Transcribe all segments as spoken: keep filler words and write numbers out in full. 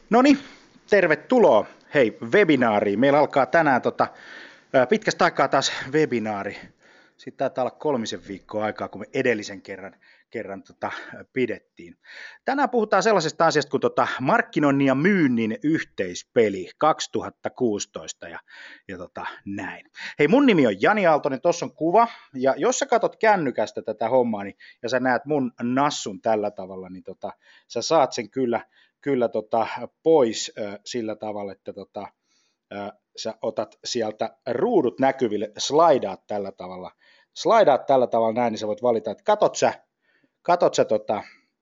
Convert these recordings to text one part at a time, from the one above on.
No niin, tervetuloa hei webinaariin. Meillä alkaa tänään tota, pitkästä aikaa taas webinaari. Sitten taitaa olla kolmisen viikkoa aikaa, kun me edellisen kerran, kerran tota, pidettiin. Tänään puhutaan sellaisesta asiasta kuin tota, markkinoinnin ja myynnin yhteispeli kaksituhattakuusitoista ja, ja tota, näin. Hei, mun nimi on Jani Aaltonen, tuossa on kuva. Ja jos sä katot kännykästä tätä hommaa niin, ja sä näet mun nassun tällä tavalla, niin tota, sä saat sen kyllä kyllä tota, pois äh, sillä tavalla, että tota, äh, sä otat sieltä ruudut näkyville, slaidaat tällä tavalla, slaidaat tällä tavalla näin, niin sä voit valita, että katot sä, katot sä tota,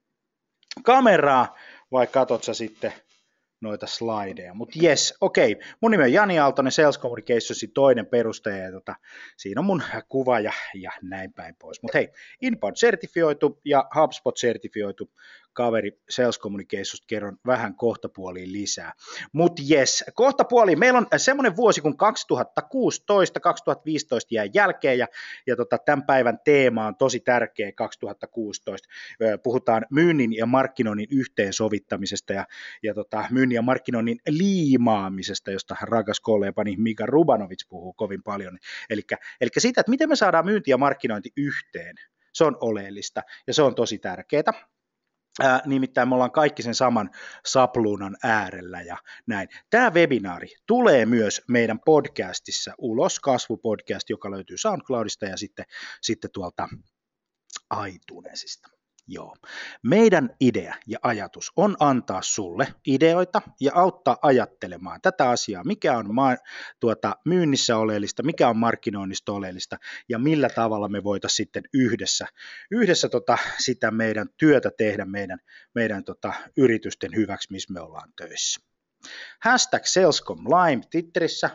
kameraa vai katot sä sitten noita slideja, mutta jes, okei, okay. Mun nimi on Jani Aaltonen, Sales Communicationsin toinen perustaja, ja tota, siinä on mun kuva ja, ja näin päin pois, mutta hei, Inbound-sertifioitu ja HubSpot-sertifioitu kaveri Sales Communicationsta, kerron vähän kohtapuoliin lisää, mutta jes, kohtapuoliin, meillä on semmoinen vuosi kuin kaksituhattakuusitoista, kaksituhattaviisitoista jää jälkeen, ja, ja tota, tämän päivän teema on tosi tärkeä kaksituhattakuusitoista, puhutaan myynnin ja markkinoinnin yhteensovittamisesta, ja, ja tota, myynnin ja markkinoinnin liimaamisesta, josta rakas kollegani Mika Rubanovic puhuu kovin paljon. Eli, eli siitä, että miten me saadaan myynti ja markkinointi yhteen, se on oleellista ja se on tosi tärkeää. Ää, nimittäin me ollaan kaikki sen saman sapluunan äärellä ja näin. Tämä webinaari tulee myös meidän podcastissa ulos, kasvupodcast, joka löytyy SoundCloudista ja sitten, sitten tuolta iTunesista. Joo. Meidän idea ja ajatus on antaa sulle ideoita ja auttaa ajattelemaan tätä asiaa, mikä on ma- tuota, myynnissä oleellista, mikä on markkinoinnista oleellista ja millä tavalla me voitaisiin sitten yhdessä, yhdessä tota, sitä meidän työtä tehdä meidän, meidän tota, yritysten hyväksi, missä me ollaan töissä. Hashtag Salescom Lime Twitterissä.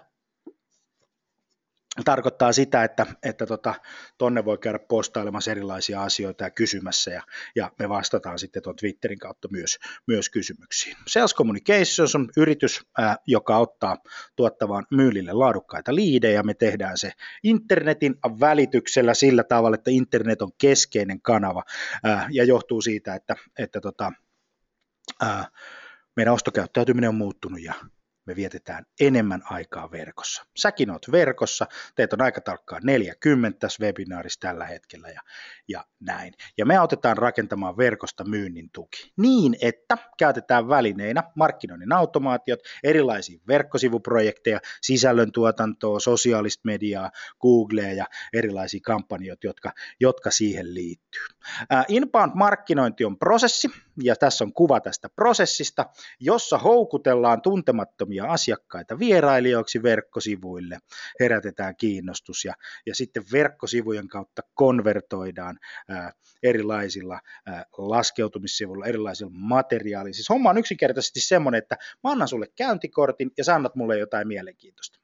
Tarkoittaa sitä, että, että tota, tonne voi käydä postailemassa erilaisia asioita ja kysymässä, ja, ja me vastataan sitten tuon Twitterin kautta myös, myös kysymyksiin. Sales Communications on yritys, ää, joka ottaa tuottavaan myylille laadukkaita liidejä. Me tehdään se internetin välityksellä sillä tavalla, että internet on keskeinen kanava, ää, ja johtuu siitä, että, että tota, ää, meidän ostokäyttäytyminen on muuttunut, ja me vietetään enemmän aikaa verkossa. Säkin oot verkossa, teet on aika tarkkaan neljäkymmentä tässä webinaarissa tällä hetkellä ja, ja näin. Ja me autetaan rakentamaan verkosta myynnin tuki niin, että käytetään välineinä markkinoinnin automaatiot, erilaisia verkkosivuprojekteja, sisällöntuotantoa, sosiaalista mediaa, Googlea ja erilaisia kampanjoita, jotka, jotka siihen liittyy. Äh, Inbound-markkinointi on prosessi, ja tässä on kuva tästä prosessista, jossa houkutellaan tuntemattomia asiakkaita vierailijoiksi verkkosivuille, herätetään kiinnostus ja, ja sitten verkkosivujen kautta konvertoidaan ää, erilaisilla ää, laskeutumissivuilla, erilaisilla materiaaleilla. Siis homma on yksinkertaisesti semmoinen, että mä annan sulle käyntikortin ja sä annat mulle jotain mielenkiintoista.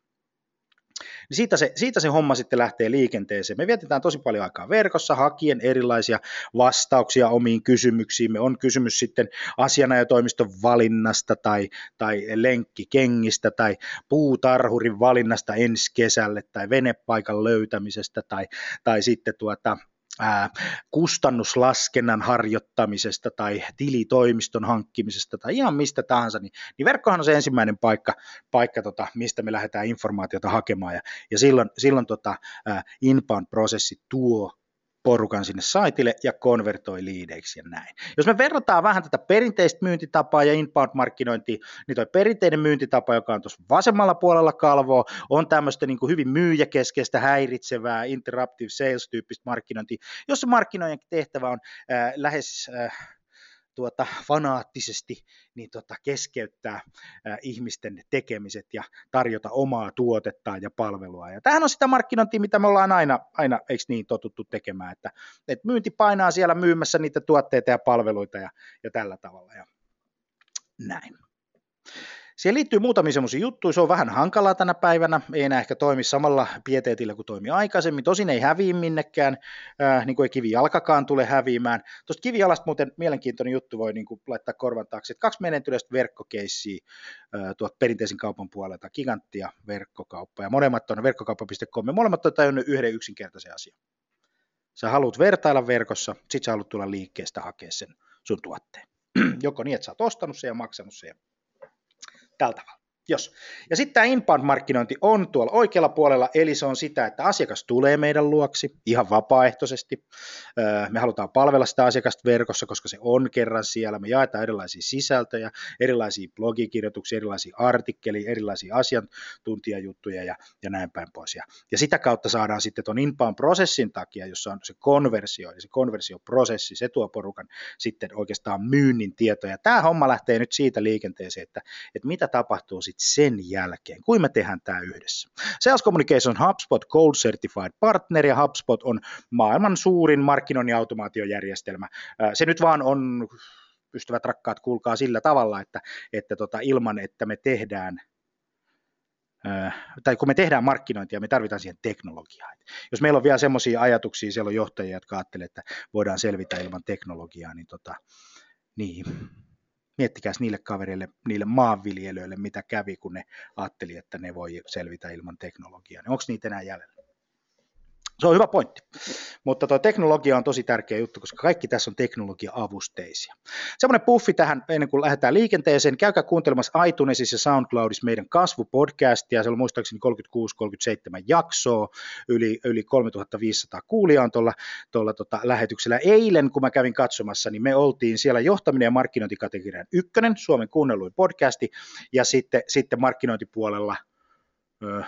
Niin siitä, se, siitä se homma sitten lähtee liikenteeseen. Me vietetään tosi paljon aikaa verkossa hakien erilaisia vastauksia omiin kysymyksiimme. On kysymys sitten asianajotoimiston valinnasta tai, tai lenkkikengistä tai puutarhurin valinnasta ensi kesälle tai venepaikan löytämisestä tai, tai sitten tuota... Ää, kustannuslaskennan harjoittamisesta tai tilitoimiston hankkimisesta tai ihan mistä tahansa, niin, niin verkkohan on se ensimmäinen paikka, paikka tota, mistä me lähdetään informaatiota hakemaan ja, ja silloin, silloin tota, ää, inbound-prosessi tuo porukan sinne saitille ja konvertoi liideiksi ja näin. Jos me verrataan vähän tätä perinteistä myyntitapaa ja inbound-markkinointia, niin tuo perinteinen myyntitapa, joka on tuossa vasemmalla puolella kalvoa, on tämmöistä niin kuin hyvin myyjäkeskeistä, häiritsevää, interruptive sales-tyyppistä markkinointia, jossa markkinoijan tehtävä on äh, lähes... Äh, Tuota, fanaattisesti niin tota, keskeyttää ää, ihmisten tekemiset ja tarjota omaa tuotettaan ja palvelua. Ja tämähän on sitä markkinointia, mitä me ollaan aina, aina eikö niin, totuttu tekemään, että, että myynti painaa siellä myymässä niitä tuotteita ja palveluita ja, ja tällä tavalla ja näin. Siihen liittyy muutamia semmoisia juttuja, se on vähän hankalaa tänä päivänä, ei enää ehkä toimi samalla pieteetillä kuin toimi aikaisemmin, tosin ei häviä minnekään, äh, niin kuin ei kivijalkakaan tule häviämään. Tuosta kivijalasta muuten mielenkiintoinen juttu voi niin kuin laittaa korvan taakse, että kaksi menestyneistä verkkokeissiä äh, tuolta perinteisen kaupan puolelta, Gigantti ja verkkokauppa, ja molemmat on verkkokauppa piste com, ja molemmat on tajunnut yhden yksinkertaisen asian. Sä haluat vertailla verkossa, sit sä haluat tulla liikkeestä hakea sen sun tuotteen. Joko niin, että sä oot ostanut sen ja maksanut sen, Tällä tavalla. Jos. Ja sitten tämä inbound-markkinointi on tuolla oikealla puolella, eli se on sitä, että asiakas tulee meidän luoksi ihan vapaaehtoisesti. Me halutaan palvella sitä asiakasta verkossa, koska se on kerran siellä. Me jaetaan erilaisia sisältöjä, erilaisia blogikirjoituksia, erilaisia artikkeleja, erilaisia asiantuntijajuttuja ja, ja näin päin pois. Ja, ja sitä kautta saadaan sitten tuon inbound-prosessin takia, jossa on se konversio ja se konversioprosessi, se tuo porukan sitten oikeastaan myynnin tietoja. Tämä homma lähtee nyt siitä liikenteeseen, että, että mitä tapahtuu sitten sen jälkeen, kuin me tehdään tämä yhdessä. Sales Communication on HubSpot Gold Certified Partner, ja HubSpot on maailman suurin markkinoinnin automaatiojärjestelmä. Se nyt vaan on, ystävät rakkaat, kuulkaa sillä tavalla, että, että tota, ilman, että me tehdään tai kun me tehdään markkinointia, me tarvitaan siihen teknologiaa. Jos meillä on vielä semmoisia ajatuksia, siellä on johtajia, jotka ajattelevat, että voidaan selvitä ilman teknologiaa, niin, tota, niin miettikääs niille kavereille, niille maanviljelijöille, mitä kävi, kun ne ajatteli, että ne voi selvitä ilman teknologiaa. Onko niitä enää jäljellä? Se on hyvä pointti, mutta tuo teknologia on tosi tärkeä juttu, koska kaikki tässä on teknologia-avusteisia. Semmoinen puffi tähän ennen kuin lähdetään liikenteeseen, käykää kuuntelemassa iTunesissa ja SoundCloudissa meidän kasvupodcastia, siellä on muistaakseni kolmekymmentäkuusi kolmekymmentäseitsemän jaksoa, yli, yli kolmetuhattaviisisataa kuulijaa on tuolla, tuolla tota lähetyksellä. Eilen, kun mä kävin katsomassa, niin me oltiin siellä johtaminen ja markkinointikategorian ykkönen, Suomen kuunnelluin podcasti, ja sitten, sitten markkinointipuolella ö,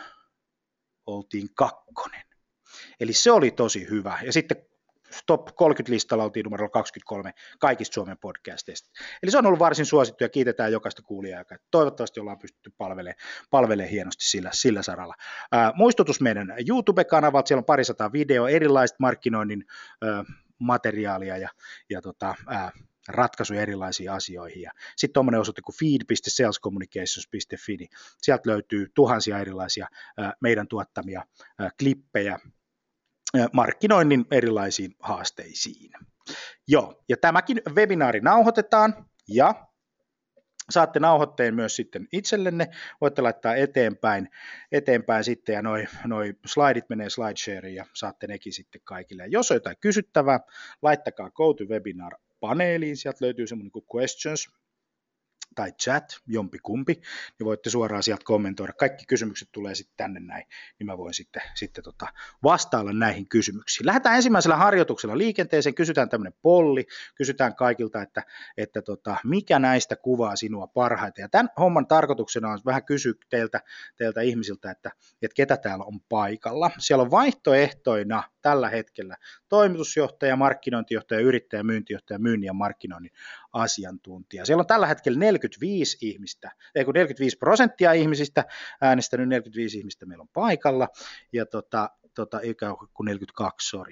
oltiin kakkonen. Eli se oli tosi hyvä. Ja sitten top kolmekymmentä-listalla oltiin numerolla kaksikymmentäkolme kaikista Suomen podcasteista. Eli se on ollut varsin suosittu ja kiitetään jokaista kuulijaa, joka toivottavasti ollaan pystytty palvelemaan, palvelemaan hienosti sillä, sillä saralla. Ää, muistutus meidän YouTube-kanavalta, siellä on parisataa videoa, erilaista markkinoinnin ää, materiaalia ja, ja tota, ää, ratkaisuja erilaisiin asioihin. Ja sitten tuommoinen osoite kuin feed piste sales communications piste fi, niin sieltä löytyy tuhansia erilaisia ää, meidän tuottamia ää, klippejä, markkinoinnin erilaisiin haasteisiin. Joo, ja tämäkin webinaari nauhoitetaan, ja saatte nauhoitteen myös sitten itsellenne, voitte laittaa eteenpäin, eteenpäin sitten, ja noi, noi slaidit menee SlideShareen, ja saatte nekin sitten kaikille. Ja jos on jotain kysyttävää, laittakaa GoToWebinar-paneeliin, sieltä löytyy semmoinen kuin questions, tai chat, jompi kumpi, niin voitte suoraan sieltä kommentoida. Kaikki kysymykset tulee sitten tänne näin, niin mä voin sitten, sitten tota vastailla näihin kysymyksiin. Lähdetään ensimmäisellä harjoituksella liikenteeseen, kysytään tämmöinen polli, kysytään kaikilta, että, että tota, mikä näistä kuvaa sinua parhaiten. Ja tämän homman tarkoituksena on vähän kysyä teiltä, teiltä ihmisiltä, että, että ketä täällä on paikalla. Siellä on vaihtoehtoina tällä hetkellä toimitusjohtaja, markkinointijohtaja, yrittäjä, myyntijohtaja, myynnin ja markkinoinnin asiantuntija. Siellä on tällä hetkellä neljäkymmentäviisi ihmistä, ei kun neljäkymmentäviisi prosenttia ihmisistä äänestänyt, neljäkymmentäviisi ihmistä meillä on paikalla, ja tota, tota, eikä kuin neljäkymmentäkaksi, sori.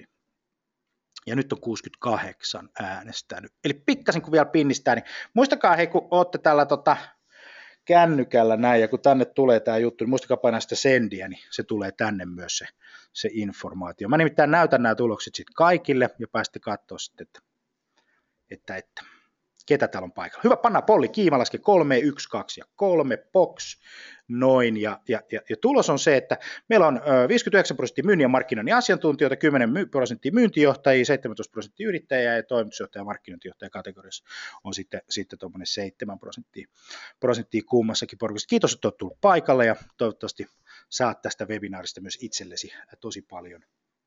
Ja nyt on kuusikymmentäkahdeksan äänestänyt. Eli pikkasen kun vielä pinnistää, niin muistakaa hei, kun olette tällä tota, kännykällä näin, ja kun tänne tulee tämä juttu, niin muistakaa painaa sitä sendiä, niin se tulee tänne myös se, se informaatio. Mä nimittäin näytän nämä tulokset sitten kaikille, ja pääsitte katsoa sitten, että, että, että ketä täällä on paikalla. Hyvä, pannaan polli kiima, laske kolme, yksi, kaksi ja kolme, box, noin, ja, ja, ja, ja tulos on se, että meillä on viisikymmentäyhdeksän prosenttia myynnin ja markkinoinnin asiantuntijoita, kymmenen prosenttia myyntijohtajia, seitsemäntoista prosenttia yrittäjää ja toimitusjohtaja ja markkinointijohtaja kategoriassa on sitten, sitten tuommoinen seitsemän prosenttia, prosenttia kummassakin porukassa. Kiitos, että olet tullut paikalle, ja toivottavasti saat tästä webinaarista myös itsellesi tosi paljon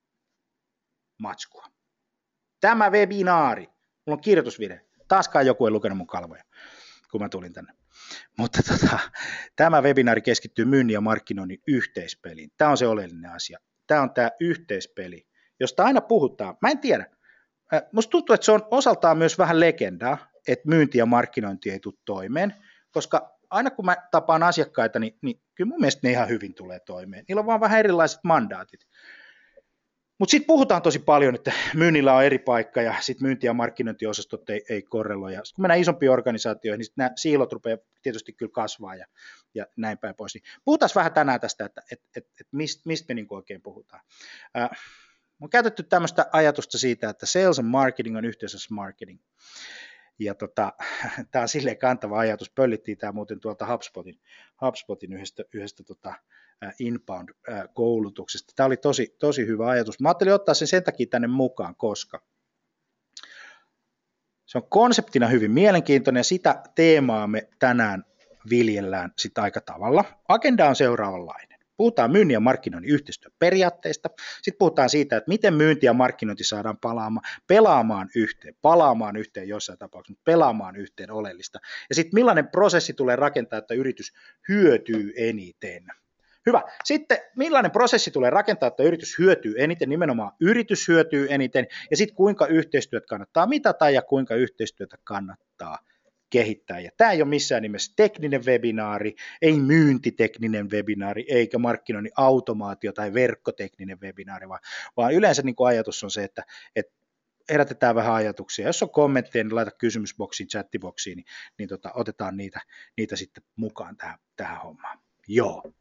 matskua. Tämä webinaari, mulla on kirjoitusvide. Taaskaan joku ei lukenut mun kalvoja, kun mä tulin tänne. Mutta tota, tämä webinaari keskittyy myynnin ja markkinoinnin yhteispeliin. Tämä on se oleellinen asia. Tämä on tämä yhteispeli, josta aina puhutaan. Mä en tiedä. Musta tuntuu, että se on osaltaan myös vähän legendaa, että myynti ja markkinointi ei tule toimeen, koska aina kun mä tapaan asiakkaita, niin, niin kyllä mun mielestä ne ihan hyvin tulee toimeen. Niillä on vaan vähän erilaiset mandaatit. Mutta sitten puhutaan tosi paljon, että myynnillä on eri paikka ja sitten myynti- ja markkinointiosastot ei, ei korreloi. Ja kun mennään isompiin organisaatioihin, niin sitten nämä siilot rupeaa tietysti kyllä kasvaa ja, ja näin päin pois. Niin puhutaan vähän tänään tästä, että et, et, et mistä mist me niinku oikein puhutaan. Äh, on käytetty tämmöistä ajatusta siitä, että sales and marketing on yhteisessä marketing. Ja tota, tämä on silleen kantava ajatus. Pöllittiin tämä muuten tuolta HubSpotin, HubSpotin yhdestä, yhdestä tota, inbound-koulutuksesta. Tämä oli tosi, tosi hyvä ajatus. Mä ajattelin ottaa sen sen takia tänne mukaan, koska se on konseptina hyvin mielenkiintoinen, ja sitä teemaa me tänään viljellään sitten aika tavalla. Agenda on seuraavanlainen. Puhutaan myynnin ja markkinoinnin yhteistyön periaatteista. Sitten puhutaan siitä, että miten myynti ja markkinointi saadaan palaamaan, pelaamaan yhteen, palaamaan yhteen jossain tapauksessa, mutta pelaamaan yhteen oleellista. Ja sitten millainen prosessi tulee rakentaa, että yritys hyötyy eniten. Hyvä. Sitten millainen prosessi tulee rakentaa, että yritys hyötyy eniten, nimenomaan yritys hyötyy eniten, ja sitten kuinka yhteistyöt kannattaa mitata ja kuinka yhteistyötä kannattaa kehittää. Ja tämä ei ole missään nimessä tekninen webinaari, ei myyntitekninen webinaari, eikä markkinoinnin automaatio tai verkkotekninen webinaari, vaan, vaan yleensä niin kuin ajatus on se, että, että herätetään vähän ajatuksia. Jos on kommentteja, niin laita kysymysboksiin, chattiboksiin, niin, niin tota, otetaan niitä, niitä sitten mukaan tähän, tähän hommaan. Joo.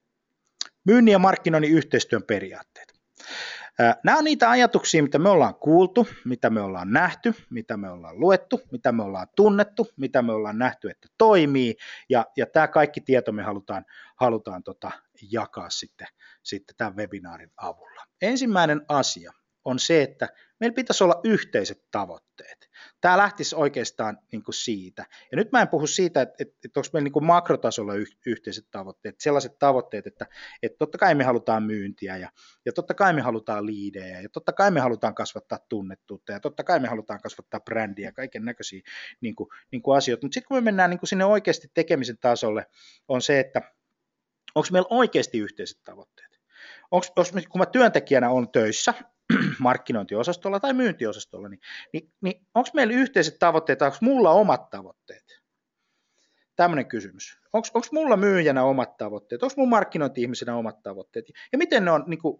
Myynnin ja markkinoinnin yhteistyön periaatteet. Nämä on niitä ajatuksia, mitä me ollaan kuultu, mitä me ollaan nähty, mitä me ollaan luettu, mitä me ollaan tunnettu, mitä me ollaan nähty, että toimii, ja, ja tämä kaikki tieto me halutaan, halutaan tota jakaa sitten, sitten tämän webinaarin avulla. Ensimmäinen asia on se, että meillä pitäisi olla yhteiset tavoitteet. Tämä lähtisi oikeastaan niin kuin siitä. Ja nyt mä en puhu siitä, että, että, että onko meillä niin kuin makrotasolla yhteiset tavoitteet, sellaiset tavoitteet, että, että totta kai me halutaan myyntiä ja, ja totta kai me halutaan liidejä ja totta kai me halutaan kasvattaa tunnettuutta ja totta kai me halutaan kasvattaa brändiä ja kaiken näköisiä niin kuin, niin kuin asioita. Mutta sitten kun me mennään niin kuin sinne oikeasti tekemisen tasolle, on se, että onko meillä oikeasti yhteiset tavoitteet. Onko, kun mä työntekijänä olen töissä, markkinointiosastolla tai myyntiosastolla, niin, niin, niin onko meillä yhteiset tavoitteet, onko mulla omat tavoitteet? Tämmöinen kysymys. Onko mulla myyjänä omat tavoitteet? Onko mun markkinointi-ihmisenä omat tavoitteet? Ja miten ne on niin kuin,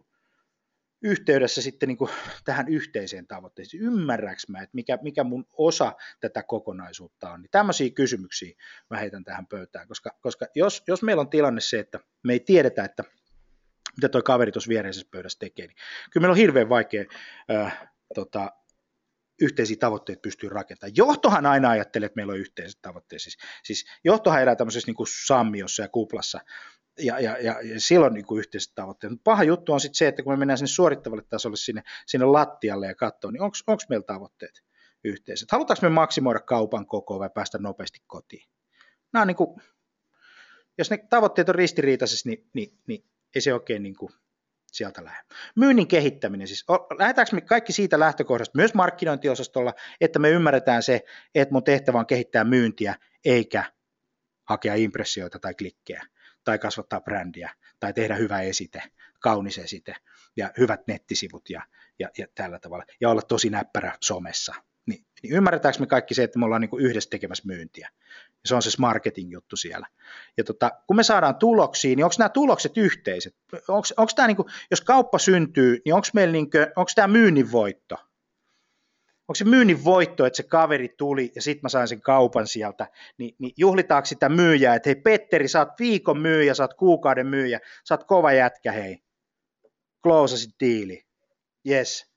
yhteydessä sitten niin kuin, tähän yhteiseen tavoitteeseen? Ymmärräks mä, että mikä, mikä mun osa tätä kokonaisuutta on? Niin tämmöisiä kysymyksiä mä heitän tähän pöytään, koska, koska jos, jos meillä on tilanne se, että me ei tiedetä, että mitä tuo kaveri tuossa viereisessä pöydässä tekee, niin kyllä meillä on hirveän vaikea äh, tota, yhteisiä tavoitteita pystyy rakentamaan. Johtohan aina ajattelee, että meillä on yhteiset tavoitteet. Siis, siis johtohan elää tämmöisessä niin kuin sammiossa ja kuplassa, ja, ja, ja, ja silloin niin kuin yhteiset tavoitteet. Mutta paha juttu on sitten se, että kun me mennään sinne suorittavalle tasolle, sinne, sinne lattialle ja katsoa, niin onko meillä tavoitteet yhteiset? Halutaanko me maksimoida kaupan kokoa vai päästä nopeasti kotiin? Nämä on niin kuin, jos ne tavoitteet on ristiriitaisessa, niin, niin, niin ei se oikein niin kuin sieltä lähde. Myynnin kehittäminen, siis lähdetäänkö me kaikki siitä lähtökohdasta myös markkinointiosastolla, että me ymmärretään se, että mun tehtävä on kehittää myyntiä, eikä hakea impressioita tai klikkejä, tai kasvattaa brändiä, tai tehdä hyvä esite, kaunis esite, ja hyvät nettisivut, ja, ja, ja tällä tavalla, ja olla tosi näppärä somessa. Niin, niin ymmärretäänkö me kaikki se, että me ollaan niin kuin yhdessä tekemässä myyntiä. Se on se marketing-juttu siellä. Ja tota, kun me saadaan tuloksia, niin onko nämä tulokset yhteiset? Onko, onko tämä niin kuin, jos kauppa syntyy, niin onko meillä niin kuin, onko tämä myynnin voitto? Onko se myynnin voitto, että se kaveri tuli ja sitten mä sain sen kaupan sieltä, niin, niin juhlitaanko sitä myyjää, että hei Petteri, sä oot viikon myyjä, sä oot kuukauden myyjä, sä oot kova jätkä, hei, closeasit diili, yes.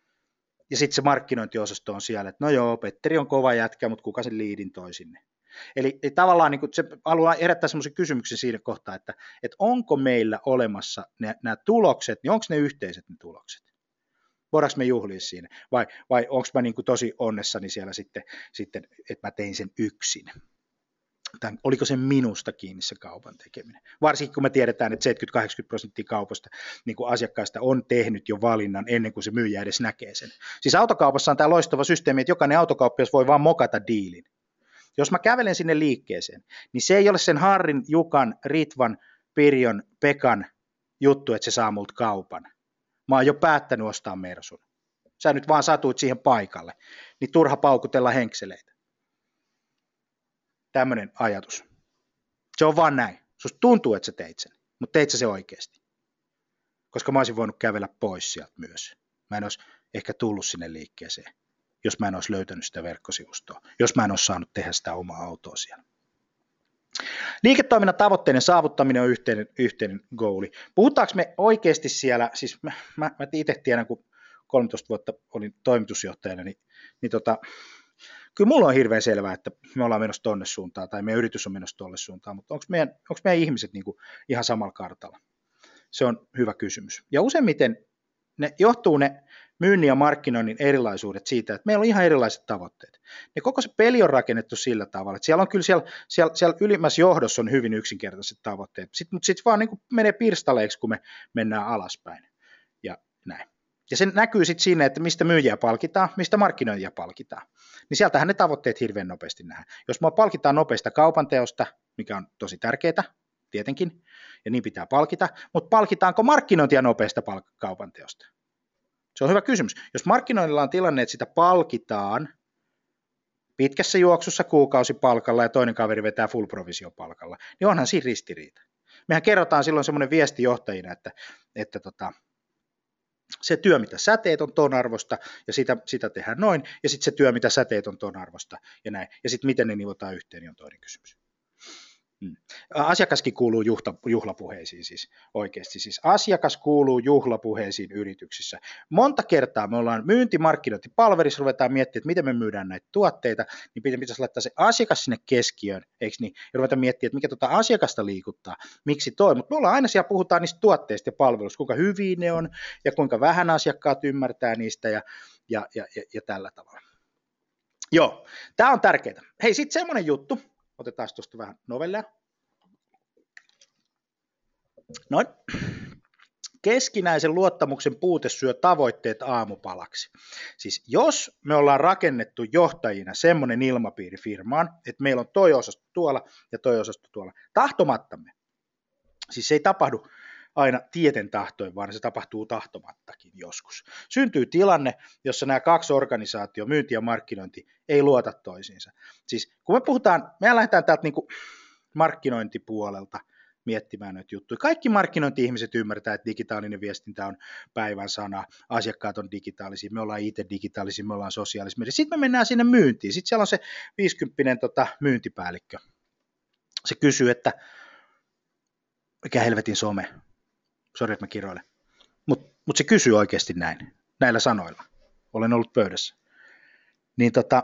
Ja sitten se markkinointiosasto on siellä, että no joo, Petteri on kova jätkä, mutta kuka sen liidin toi sinne? Eli, eli tavallaan niin se haluaa herättää semmoisen kysymyksen siinä kohtaa, että, että onko meillä olemassa ne, nämä tulokset, niin onko ne yhteiset ne tulokset? Voidaanko me juhlia siinä? Vai, vai onko mä niin kuin tosi onnessani siellä sitten, sitten, että mä tein sen yksin? Tai oliko se minusta kiinni se kaupan tekeminen? Varsinkin kun me tiedetään, että seitsemänkymmentä kahdeksankymmentä prosenttia kaupasta niin kuin asiakkaista on tehnyt jo valinnan ennen kuin se myyjä edes näkee sen. Siis autokaupassa on tämä loistava systeemi, että jokainen autokauppias voi vaan mokata diilin. Jos mä kävelen sinne liikkeeseen, niin se ei ole sen Harrin, Jukan, Ritvan, Pirjon, Pekan juttu, että se saa multa kaupan. Mä oon jo päättänyt ostaa Mersun. Sä nyt vaan satuit siihen paikalle, niin turha paukutella henkseleitä. Tämmöinen ajatus. Se on vaan näin. Susta tuntuu, että sä teit sen, mutta teit sä se oikeasti. Koska mä olisin voinut kävellä pois sieltä myös. Mä en olisi ehkä tullut sinne liikkeeseen, jos mä en olisi löytänyt sitä verkkosivustoa, jos mä en olisi saanut tehdä sitä omaa autoa siellä. Liiketoiminnan tavoitteiden saavuttaminen on yhteinen, yhteinen goali. Puhutaanko me oikeasti siellä, siis mä, mä, mä itse tiedän, kun kolmetoista vuotta olin toimitusjohtajana, niin, niin tota, kyllä mulla on hirveän selvää, että me ollaan menossa tonne suuntaan, tai meidän yritys on menossa tonne suuntaan, mutta onko meidän, onko meidän ihmiset niin kuin ihan samalla kartalla? Se on hyvä kysymys. Ja useimmiten ne johtuu ne myynnin ja markkinoinnin erilaisuudet siitä, että meillä on ihan erilaiset tavoitteet. Ja koko se peli on rakennettu sillä tavalla, että siellä on kyllä siellä, siellä, siellä ylimmässä johdossa on hyvin yksinkertaiset tavoitteet, Sitten, mutta sitten vaan niin kuin menee pirstaleiksi, kun me mennään alaspäin ja näin. Ja se näkyy sitten siinä, että mistä myyjiä palkitaan, mistä markkinointia palkitaan. Niin sieltähän ne tavoitteet hirveän nopeasti nähdään. Jos mua palkitaan nopeasta kaupanteosta, mikä on tosi tärkeää, tietenkin, ja niin pitää palkita, mutta palkitaanko markkinointia nopeasta palk- kaupanteosta? Se on hyvä kysymys. Jos markkinoinnilla on tilanne, että sitä palkitaan pitkässä juoksussa kuukausipalkalla ja toinen kaveri vetää full provisiopalkalla, niin onhan siinä ristiriita. Mehän kerrotaan silloin semmoinen viesti johtajina, että, että tota, se työ, mitä sä teet, on ton arvosta, ja sitä, sitä tehdään noin, ja sitten se työ, mitä sä teet, on ton arvosta, ja näin. Ja sitten miten ne nivotaan yhteen, niin on toinen kysymys. Hmm. Asiakaskin kuuluu juhla, juhlapuheisiin siis oikeasti. Siis asiakas kuuluu juhlapuheisiin yrityksissä. Monta kertaa me ollaan myyntimarkkinointipalverissa, ruvetaan miettimään, että miten me myydään näitä tuotteita, niin pitäisi laittaa se asiakas sinne keskiöön, eikö niin? Ja ruvetaan miettimään, että mikä tuota asiakasta liikuttaa, miksi toi. Mutta me ollaan aina siellä, puhutaan niistä tuotteista ja palveluista, kuinka hyviä ne on ja kuinka vähän asiakkaat ymmärtää niistä ja, ja, ja, ja, ja tällä tavalla. Joo, tämä on tärkeää. Hei, sitten semmoinen juttu. Otetaan tuosta vähän novellia. Noin. Keskinäisen luottamuksen puute syö tavoitteet aamupalaksi. Siis jos me ollaan rakennettu johtajina semmoinen ilmapiiri firmaan, että meillä on toi osasto tuolla ja toi osasto tuolla, tahtomattamme. Siis se ei tapahdu aina tieten tahtoin, vaan se tapahtuu tahtomattakin joskus. Syntyy tilanne, jossa nämä kaksi organisaatio, myynti ja markkinointi, ei luota toisiinsa. Siis kun me puhutaan, me lähdetään täältä niin kuin markkinointipuolelta miettimään näitä juttuja. Kaikki markkinointi-ihmiset ymmärtää, että digitaalinen viestintä on päivän sana, asiakkaat on digitaalisia, me ollaan itse digitaalisia, me ollaan sosiaalisia. Sitten me mennään sinne myyntiin. Sitten siellä on se viisikymppinen tota, myyntipäällikkö. Se kysyy, että mikä helvetin some. Sori, että mä kiroilen. Mutta mut se kysyy oikeasti näin, näillä sanoilla. Olen ollut pöydässä. Niin tota,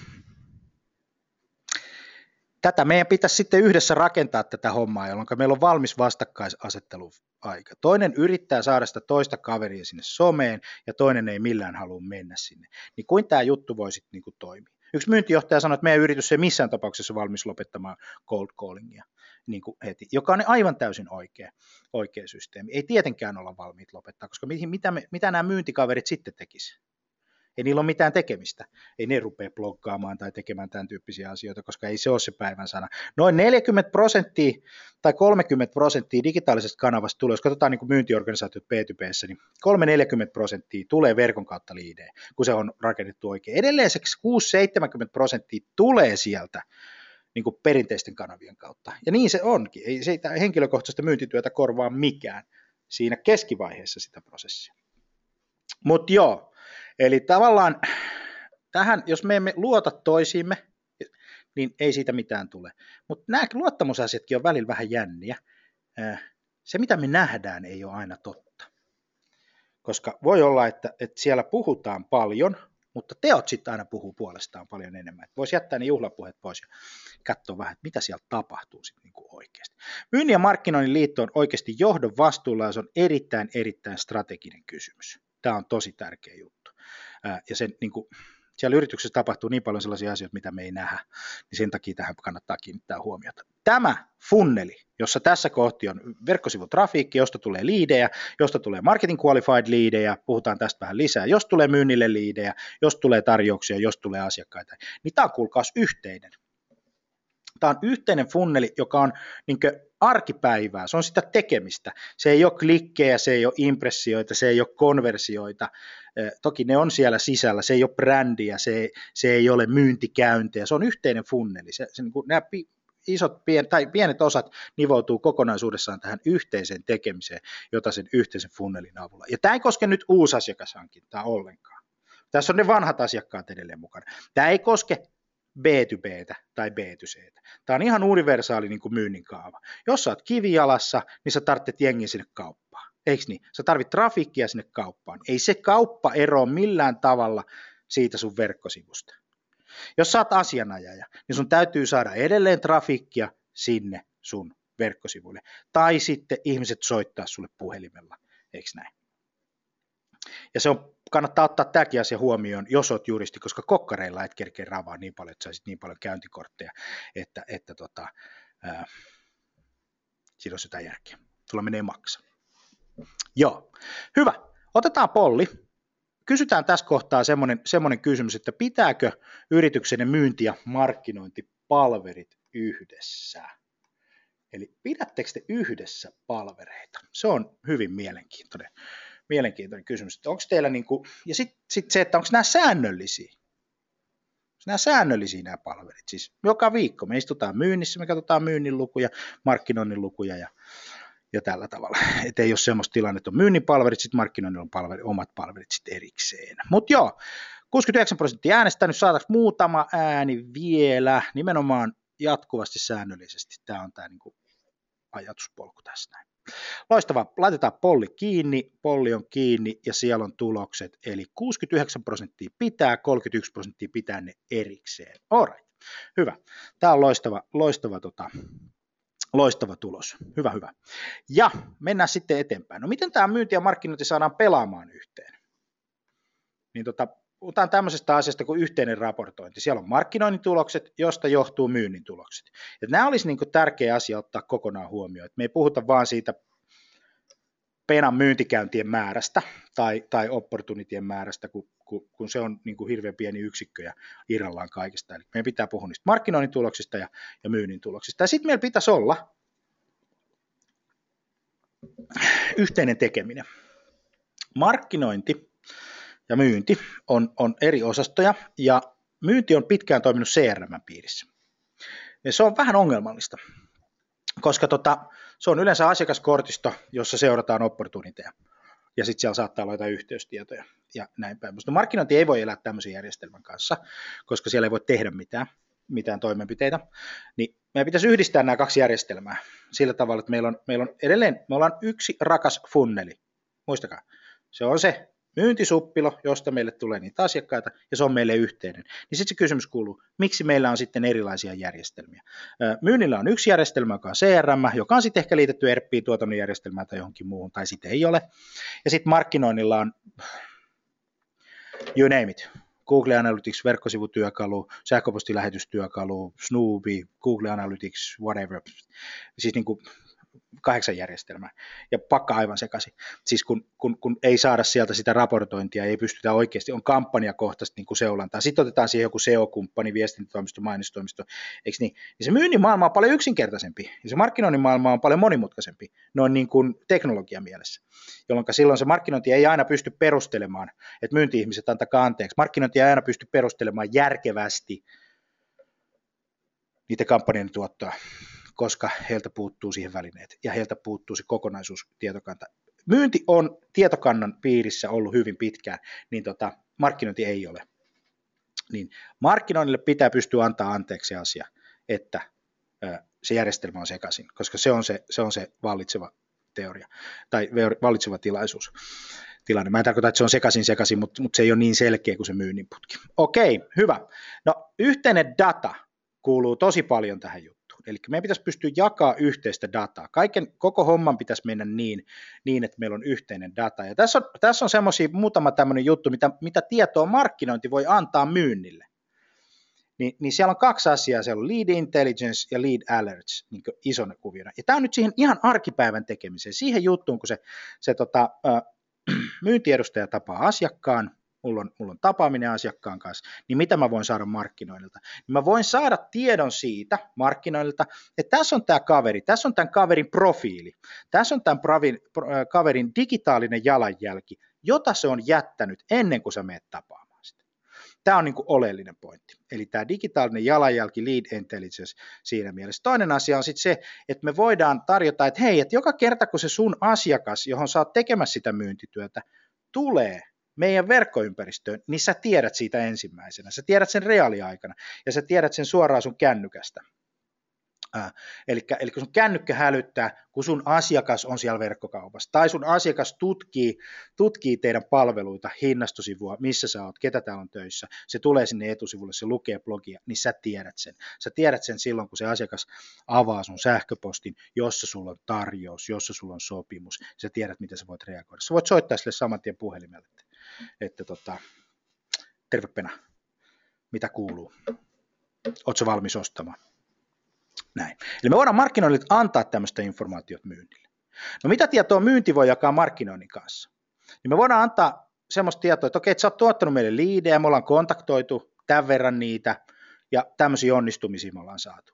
tätä meidän pitäisi sitten yhdessä rakentaa tätä hommaa, jolloin meillä on valmis vastakkaisasetteluaika. Toinen yrittää saada sitä toista kaveria sinne someen, ja toinen ei millään halua mennä sinne. Niin kuin tämä juttu voi sitten niinku toimia. Yksi myyntijohtaja sanoi, että meidän yritys ei missään tapauksessa valmis lopettamaan cold callingia niin kuin heti, joka on aivan täysin oikea, oikea systeemi. Ei tietenkään olla valmiit lopettaa, koska mitä, me, mitä nämä myyntikaverit sitten tekisivät? Ei niillä ole mitään tekemistä. Ei ne rupea bloggaamaan tai tekemään tämän tyyppisiä asioita, koska ei se ole se päivän sana. Noin neljäkymmentä prosenttia tai kolmekymmentä prosenttia digitaalisesta kanavasta tulee, jos katsotaan niin kuin myyntiorganisaatiot B two B:ssä, niin kolme neljäkymmentä prosenttia tulee verkon kautta liidejä, kun se on rakennettu oikein. Edelleen se kuusi seitsemänkymmentä prosenttia tulee sieltä niin kuin perinteisten kanavien kautta. Ja niin se onkin. Ei se henkilökohtaista myyntityötä korvaa mikään siinä keskivaiheessa sitä prosessia. Mutta joo, eli tavallaan tähän, jos me emme luota toisiimme, niin ei siitä mitään tule. Mutta nämä luottamusasiatkin on välillä vähän jänniä. Se, mitä me nähdään, ei ole aina totta. Koska voi olla, että, että siellä puhutaan paljon, mutta teot sitten aina puhuu puolestaan paljon enemmän. Voisi jättää ne juhlapuheet pois ja katsoa vähän, että mitä siellä tapahtuu sitten niin kuin oikeasti. Myynnin ja markkinoinnin liitto on oikeasti johdon vastuulla ja se on erittäin, erittäin strateginen kysymys. Tämä on tosi tärkeä juttu. Ää, ja sen, niin kuin, siellä yrityksessä tapahtuu niin paljon sellaisia asioita, mitä me ei nähdä, niin sen takia tähän kannattaa kiinnittää huomiota. Tämä funneli, jossa tässä kohti on verkkosivutrafiikki, josta tulee liidejä, josta tulee marketing qualified liidejä, puhutaan tästä vähän lisää, jos tulee myynnille liidejä, jos tulee tarjouksia, jos tulee asiakkaita, niin tämä on kuulkaas yhteinen. Tämä on yhteinen funneli, joka on niin kuin arkipäivää, se on sitä tekemistä. Se ei ole klikkejä, se ei ole impressioita, se ei ole konversioita. Toki ne on siellä sisällä, se ei ole brändiä, se, se ei ole myyntikäyntejä, se on yhteinen funneli. Se, se, niin kuin nämä isot pien, tai pienet osat nivoutuu kokonaisuudessaan tähän yhteiseen tekemiseen, jota sen yhteisen funnelin avulla. Ja tämä ei koske nyt uusasiakashankintaa ollenkaan. Tässä on ne vanhat asiakkaat edelleen mukana. Tämä ei koske B two B:tä tai B two C:tä. Tämä on ihan universaali niin kuin myynnin kaava. Jos sä oot kivijalassa, niin sä tarvitset jengiä sinne kauppaan. Eikö niin? Sä tarvit trafiikkia sinne kauppaan. Ei se kauppa eroa millään tavalla siitä sun verkkosivusta. Jos sä oot asianajaja, niin sun täytyy saada edelleen trafiikkia sinne sun verkkosivuille. Tai sitten ihmiset soittaa sulle puhelimella. Eikö näin? Ja se on kannattaa ottaa tämäkin asia huomioon, jos olet juristi, koska kokkareilla et kerkeä ravaa niin paljon, että saisit niin paljon käyntikortteja, että, että tota, ää, siinä olisi jotain järkeä. Sulla menee maksaa. Joo, hyvä. Otetaan polli. Kysytään tässä kohtaa semmoinen, semmoinen kysymys, että pitääkö yrityksen myynti- ja markkinointipalverit yhdessä? Eli pidättekö te yhdessä palvereita? Se on hyvin mielenkiintoinen, mielenkiintoinen kysymys. Että onko teillä niin kuin, ja sitten sit se, että onko nämä säännöllisiä? Onko nämä säännöllisiä nämä palverit? Siis joka viikko me istutaan myynnissä, me katsotaan myynnin lukuja, markkinoinnin lukuja ja, ja tällä tavalla. Että ei ole semmoista tilannetta, että on myynnin palverit, sitten markkinoinnin on palverit, omat palverit sitten erikseen. Mutta joo, kuusikymmentäyhdeksän prosenttia äänestänyt, saataanko muutama ääni vielä, nimenomaan jatkuvasti säännöllisesti. Tämä on tämä niin kuin ajatuspolku tässä näin. Loistavaa, laitetaan polli kiinni, polli on kiinni ja siellä on tulokset, eli kuusikymmentäyhdeksän prosenttia pitää, kolmekymmentäyksi prosenttia pitää ne erikseen. Alright, hyvä. Tämä on loistava, loistava, tota, loistava tulos. Hyvä, hyvä. Ja mennään sitten eteenpäin. No miten tämä myynti ja markkinointi saadaan pelaamaan yhteen? Niin tota, puhutaan tämmöisestä asiasta kuin yhteinen raportointi. Siellä on markkinoinnin tulokset, josta johtuu myynnin tulokset. Ja nämä olisi niin kuin tärkeä asia ottaa kokonaan huomioon. Että me ei puhuta vaan siitä penan myyntikäyntien määrästä tai, tai opportunitien määrästä, kun, kun, kun se on niin kuin hirveän pieni yksikkö ja irrallaan kaikesta. Eli meidän pitää puhua niistä markkinoinnin tuloksista ja, ja myynnin tuloksista. Ja sitten meillä pitäisi olla yhteinen tekeminen. Markkinointi ja myynti on, on eri osastoja, ja myynti on pitkään toiminut C R M:n piirissä. Ja se on vähän ongelmallista, koska tota, se on yleensä asiakaskortisto, jossa seurataan opportuniteja, ja sitten siellä saattaa olla jotain yhteystietoja ja näin päin. Mutta markkinointi ei voi elää tämmöisen järjestelmän kanssa, koska siellä ei voi tehdä mitään, mitään toimenpiteitä. Niin meidän pitäisi yhdistää nämä kaksi järjestelmää sillä tavalla, että meillä on, meillä on edelleen, me ollaan yksi rakas funneli. Muistakaa, se on se myyntisuppilo, josta meille tulee niitä asiakkaita, ja se on meille yhteinen. Niin sitten se kysymys kuuluu, miksi meillä on sitten erilaisia järjestelmiä. Myynnillä on yksi järjestelmä, joka on C R M, joka on sitten ehkä liitetty E R P:iin, tuotannon järjestelmään tai johonkin muuhun, tai sitten ei ole. Ja sitten markkinoinnilla on, you name it, Google Analytics, verkkosivutyökalu, sähköpostilähetystyökalu, Snoopy, Google Analytics, whatever, siis niin kuin kahdeksan järjestelmää, ja pakka aivan sekaisin. Siis kun, kun, kun ei saada sieltä sitä raportointia, ei pystytä oikeasti, on kampanjakohtaisesti niin kuin seulantaa. Sitten otetaan siihen joku S E O-kumppani, viestintätoimisto, mainostoimisto, eikö niin? Ja se myynnin maailma on paljon yksinkertaisempi, ja se markkinoinnin maailma on paljon monimutkaisempi, noin niin kuin teknologian mielessä, jolloin silloin se markkinointi ei aina pysty perustelemaan, että myynti-ihmiset antakaa anteeksi, markkinointi ei aina pysty perustelemaan järkevästi niitä kampanjan tuottoa, koska heiltä puuttuu siihen välineet ja heiltä puuttuu se kokonaisuus tietokanta. Myynti on tietokannan piirissä ollut hyvin pitkään, niin tota, markkinointi ei ole. Niin markkinoinnille pitää pystyä antaa anteeksi asia, että ö, se järjestelmä on sekaisin, koska se on se, se on se vallitseva teoria tai vallitseva tilaisuus. Tilanne. Mä en tarkoita, että se on sekaisin sekaisin, mutta, mutta se ei ole niin selkeä kuin se myynnin putki. Okei, hyvä. No yhteinen data kuuluu tosi paljon tähän juttuun. Eli meidän pitäisi pystyä jakamaan yhteistä dataa. Kaiken, koko homman pitäisi mennä niin, niin, että meillä on yhteinen data. Ja tässä on, tässä on semmoisia muutama tämmöinen juttu, mitä, mitä tietoa markkinointi voi antaa myynnille. Ni, niin siellä on kaksi asiaa, siellä on lead intelligence ja lead alerts niin isona kuviona. Ja tämä on nyt siihen ihan arkipäivän tekemiseen, siihen juttuun, kun se, se tota, äh, myyntiedustaja tapaa asiakkaan, Mulla on, mulla on tapaaminen asiakkaan kanssa, niin mitä mä voin saada markkinoinnilta? Niin mä voin saada tiedon siitä markkinoinnilta, että tässä on tämä kaveri, tässä on tämän kaverin profiili, tässä on tämän pravin, kaverin digitaalinen jalanjälki, jota se on jättänyt ennen kuin sä menet tapaamaan sitä. Tämä on niin kuin oleellinen pointti. Eli tämä digitaalinen jalanjälki, lead intelligence siinä mielessä. Toinen asia on sitten se, että me voidaan tarjota, että hei, että joka kerta kun se sun asiakas, johon sä oot tekemässä sitä myyntityötä, tulee meidän verkkoympäristöön, niin sä tiedät siitä ensimmäisenä. Sä tiedät sen reaaliaikana ja sä tiedät sen suoraan sun kännykästä. Äh, eli, eli kun sun kännykkä hälyttää, kun sun asiakas on siellä verkkokaupassa, tai sun asiakas tutkii, tutkii teidän palveluita, hinnastosivua, missä sä oot, ketä täällä on töissä, se tulee sinne etusivulle, se lukee blogia, niin sä tiedät sen. Sä tiedät sen silloin, kun se asiakas avaa sun sähköpostin, jossa sulla on tarjous, jossa sulla on sopimus, sä tiedät, miten sä voit reagoida. Sä voit soittaa sille saman tien puhelimelle. että tota, terve Pena, mitä kuuluu? Ootko valmis ostamaan? Näin. Eli me voidaan markkinoinnille antaa tämmöistä informaatiota myynnille. No mitä tietoa myynti voi jakaa markkinoinnin kanssa? Niin me voidaan antaa semmoista tietoa, että okei, että sä oot tuottanut meille liidejä, me ollaan kontaktoitu tämän verran niitä, ja tämmöisiä onnistumisia me ollaan saatu.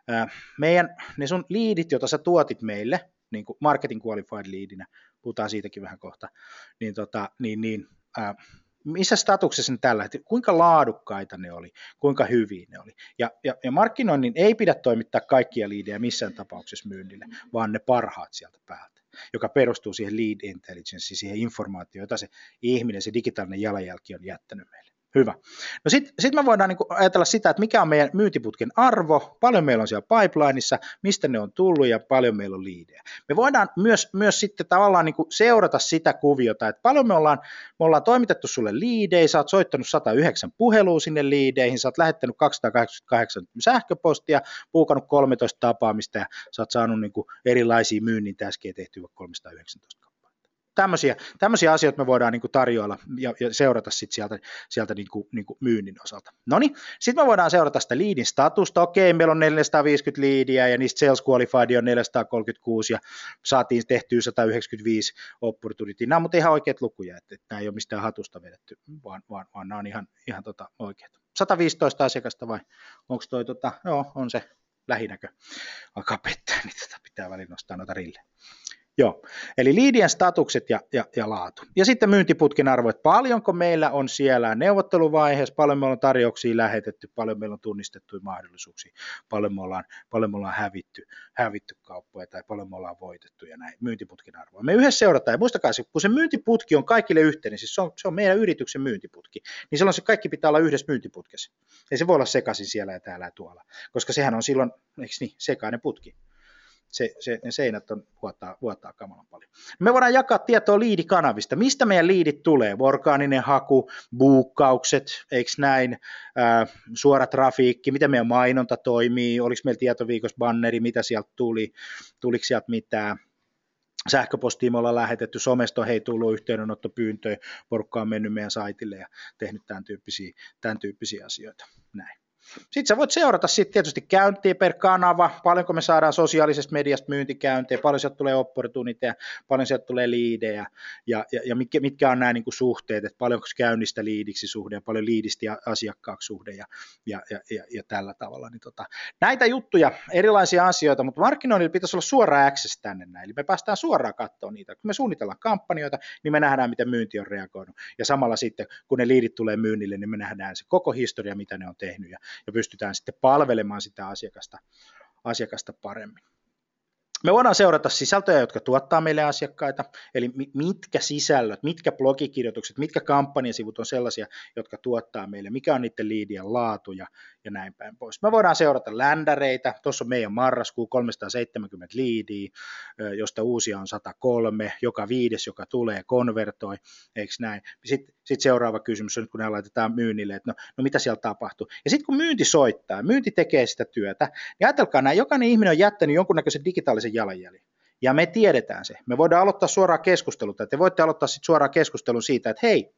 Meidän, ne sun liidit, joita sä tuotit meille, niin kuin marketing qualified leadinä, puhutaan siitäkin vähän kohta, niin, tota, niin, niin ää, missä statuksessa ne tällä hetkellä, kuinka laadukkaita ne oli, kuinka hyviä ne oli. Ja, ja, ja markkinoinnin ei pidä toimittaa kaikkia liidejä missään tapauksessa myynnille, vaan ne parhaat sieltä päältä, joka perustuu siihen lead intelligenceen, siihen informaatioon, jota se ihminen, se digitaalinen jalanjälki on jättänyt meille. Hyvä. No sitten sit me voidaan niinku ajatella sitä, että mikä on meidän myyntiputken arvo, paljon meillä on siellä pipelineissa, mistä ne on tullut ja paljon meillä on liidejä. Me voidaan myös, myös sitten tavallaan niinku seurata sitä kuviota, että paljon me ollaan, me ollaan toimitettu sulle liidejä, sä oot soittanut sata yhdeksän puhelua sinne liideihin, sä oot lähettänyt kaksisataakahdeksankymmentäkahdeksan sähköpostia, puukannut kolmetoista tapaamista ja sä oot saanut niinku erilaisia myynnin äsken tehtyä kolmesataayhdeksäntoista. Tämmöisiä, tämmöisiä asioita me voidaan niin kuin tarjoilla ja, ja seurata sit sieltä, sieltä niin kuin, niin kuin myynnin osalta. No niin, sitten me voidaan seurata sitä leadin statusta. Okei, meillä on neljäsataaviisikymmentä leadia ja niistä sales qualified on neljäsataakolmekymmentäkuusi ja saatiin tehtyä sata yhdeksänkymmentäviisi opportunity. Nämä on mutta ihan oikeat lukuja, että, että nämä ei ole mistään hatusta vedetty, vaan, vaan, vaan nämä on ihan, ihan tota oikeat. sata viisitoista asiakasta vai onko toi, tota, joo, on se lähinäkö. Alkaa pettää, niin tota pitää välillä nostaa noita rille. Joo, eli liidien statukset ja, ja, ja laatu. Ja sitten myyntiputkin arvo, että paljonko meillä on siellä neuvotteluvaiheessa, paljon meillä on tarjouksia lähetetty, paljon meillä on tunnistettuja mahdollisuuksia, paljon me ollaan, paljon me ollaan hävitty, hävitty kauppoja tai paljon me ollaan voitettu ja näin, myyntiputkin arvoa. Me yhdessä seurataan ja muistakaa, kun se myyntiputki on kaikille yhteinen, siis se on, se on meidän yrityksen myyntiputki, niin silloin se kaikki pitää olla yhdessä myyntiputkessa. Ei se voi olla sekaisin siellä ja täällä ja tuolla, koska sehän on silloin, eikö niin, sekainen putki. Se, se, ne seinät on, vuotaa, vuotaa kamalan paljon. Me voidaan jakaa tietoa liidikanavista. Mistä meidän liidit tulee? Orgaaninen haku, buukkaukset, eikö näin, ää, suora trafiikki, miten meidän mainonta toimii, oliko meillä tietoviikossa banneri, mitä sieltä tuli, tuliko sieltä mitään. Sähköpostiin me ollaan lähetetty, somesta on hei tullut yhteydenottopyyntöjä, porukka on mennyt meidän saitille ja tehnyt tämän tyyppisiä, tämän tyyppisiä asioita. Näin. Sitten sä voit seurata sitten tietysti käyntiä per kanava, paljonko me saadaan sosiaalisesta mediasta myyntikäyntiä, paljon sieltä tulee opportuniteja, paljon sieltä tulee liidejä ja, ja, ja mitkä, mitkä on nämä niin kuin suhteet, että paljonko käynnistä liidiksi suhde ja paljon liidistä ja asiakkaaksi suhde ja, ja, ja, ja, ja tällä tavalla. Niin tota, näitä juttuja, erilaisia asioita, mutta markkinoinnilla pitäisi olla suora access tänne näin, eli me päästään suoraan katsomaan niitä. Kun me suunnitellaan kampanjoita, niin me nähdään, miten myynti on reagoinut ja samalla sitten, kun ne liidit tulee myynnille, niin me nähdään se koko historia, mitä ne on tehnyt ja ja pystytään sitten palvelemaan sitä asiakasta, asiakasta paremmin. Me voidaan seurata sisältöjä, jotka tuottaa meille asiakkaita, eli mitkä sisällöt, mitkä blogikirjoitukset, mitkä kampanjasivut on sellaisia, jotka tuottaa meille, mikä on niiden liidien laatu ja, ja näin päin pois. Me voidaan seurata ländäreitä, tuossa on meidän marraskuu kolmesataaseitsemänkymmentä liidiä, josta uusia on sata kolme, joka viides, joka tulee, konvertoi, eikö näin? Sitten sit seuraava kysymys on, kun ne laitetaan myynnille, että no, no mitä siellä tapahtuu. Ja sitten kun myynti soittaa, myynti tekee sitä työtä, niin ajatelkaa näin, jokainen ihminen on jättänyt jonkunnäköisen digitaalisen jalanjäljen. Ja me tiedetään se. Me voidaan aloittaa suoraan keskustelua, tai te voitte aloittaa sitten suoraan keskustelun siitä, että hei,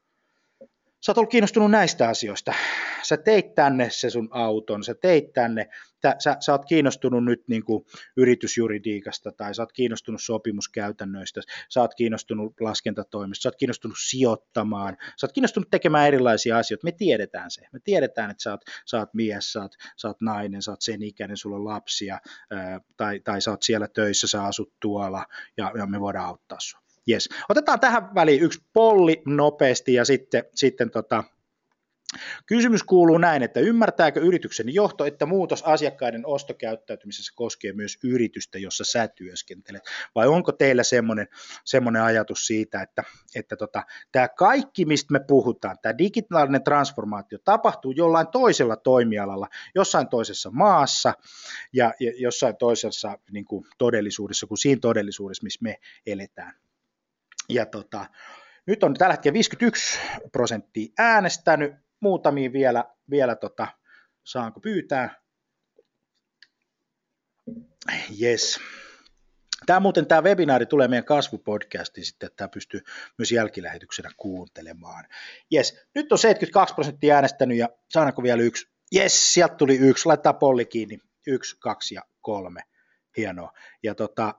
sä oot ollut kiinnostunut näistä asioista. Sä teit tänne se sun auton, sä teit tänne, tä, sä, sä oot kiinnostunut nyt niin kuin yritysjuridiikasta, tai sä oot kiinnostunut sopimuskäytännöistä, sä oot kiinnostunut laskentatoimista, sä oot kiinnostunut sijoittamaan, sä oot kiinnostunut tekemään erilaisia asioita. Me tiedetään se. Me tiedetään, että sä oot, sä oot mies, sä oot, sä oot nainen, sä oot sen ikäinen, sulla on lapsia, ää, tai, tai sä oot siellä töissä, sä asut tuolla, ja, ja me voidaan auttaa sua. Yes. Otetaan tähän väliin yksi polli nopeasti ja sitten, sitten tota, kysymys kuuluu näin, että ymmärtääkö yrityksen johto, että muutos asiakkaiden ostokäyttäytymisessä koskee myös yritystä, jossa sä työskentelet, vai onko teillä semmoinen, semmoinen ajatus siitä, että, että tota, tämä kaikki, mistä me puhutaan, tämä digitaalinen transformaatio tapahtuu jollain toisella toimialalla, jossain toisessa maassa ja, ja jossain toisessa niin kuin todellisuudessa kuin siinä todellisuudessa, missä me eletään. Ja tota, nyt on tällä hetkellä viisikymmentäyksi prosenttia äänestänyt, muutamia vielä, vielä tota, saanko pyytää? Yes. Tämä muuten, tämä webinaari tulee meidän kasvupodcastiin sitten, että tämä pystyy myös jälkilähetyksenä kuuntelemaan. Jes, nyt on seitsemänkymmentäkaksi prosenttia äänestänyt ja saadaanko vielä yksi? Jes, sieltä tuli yksi, laittaa polli kiinni, yksi, kaksi ja kolme, hienoa. Ja tota,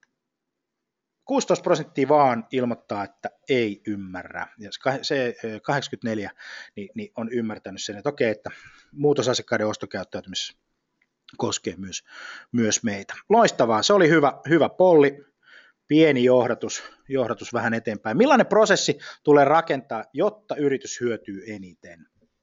kuusitoista prosenttia vaan ilmoittaa, että ei ymmärrä, ja se kahdeksankymmentäneljä niin, niin on ymmärtänyt sen, että okei, että muutos asiakkaiden ostokäyttäytymisessä koskee myös, myös meitä. Loistavaa, se oli hyvä, hyvä polli, pieni johdatus, johdatus vähän eteenpäin. Millainen prosessi tulee rakentaa, jotta yritys hyötyy eniten?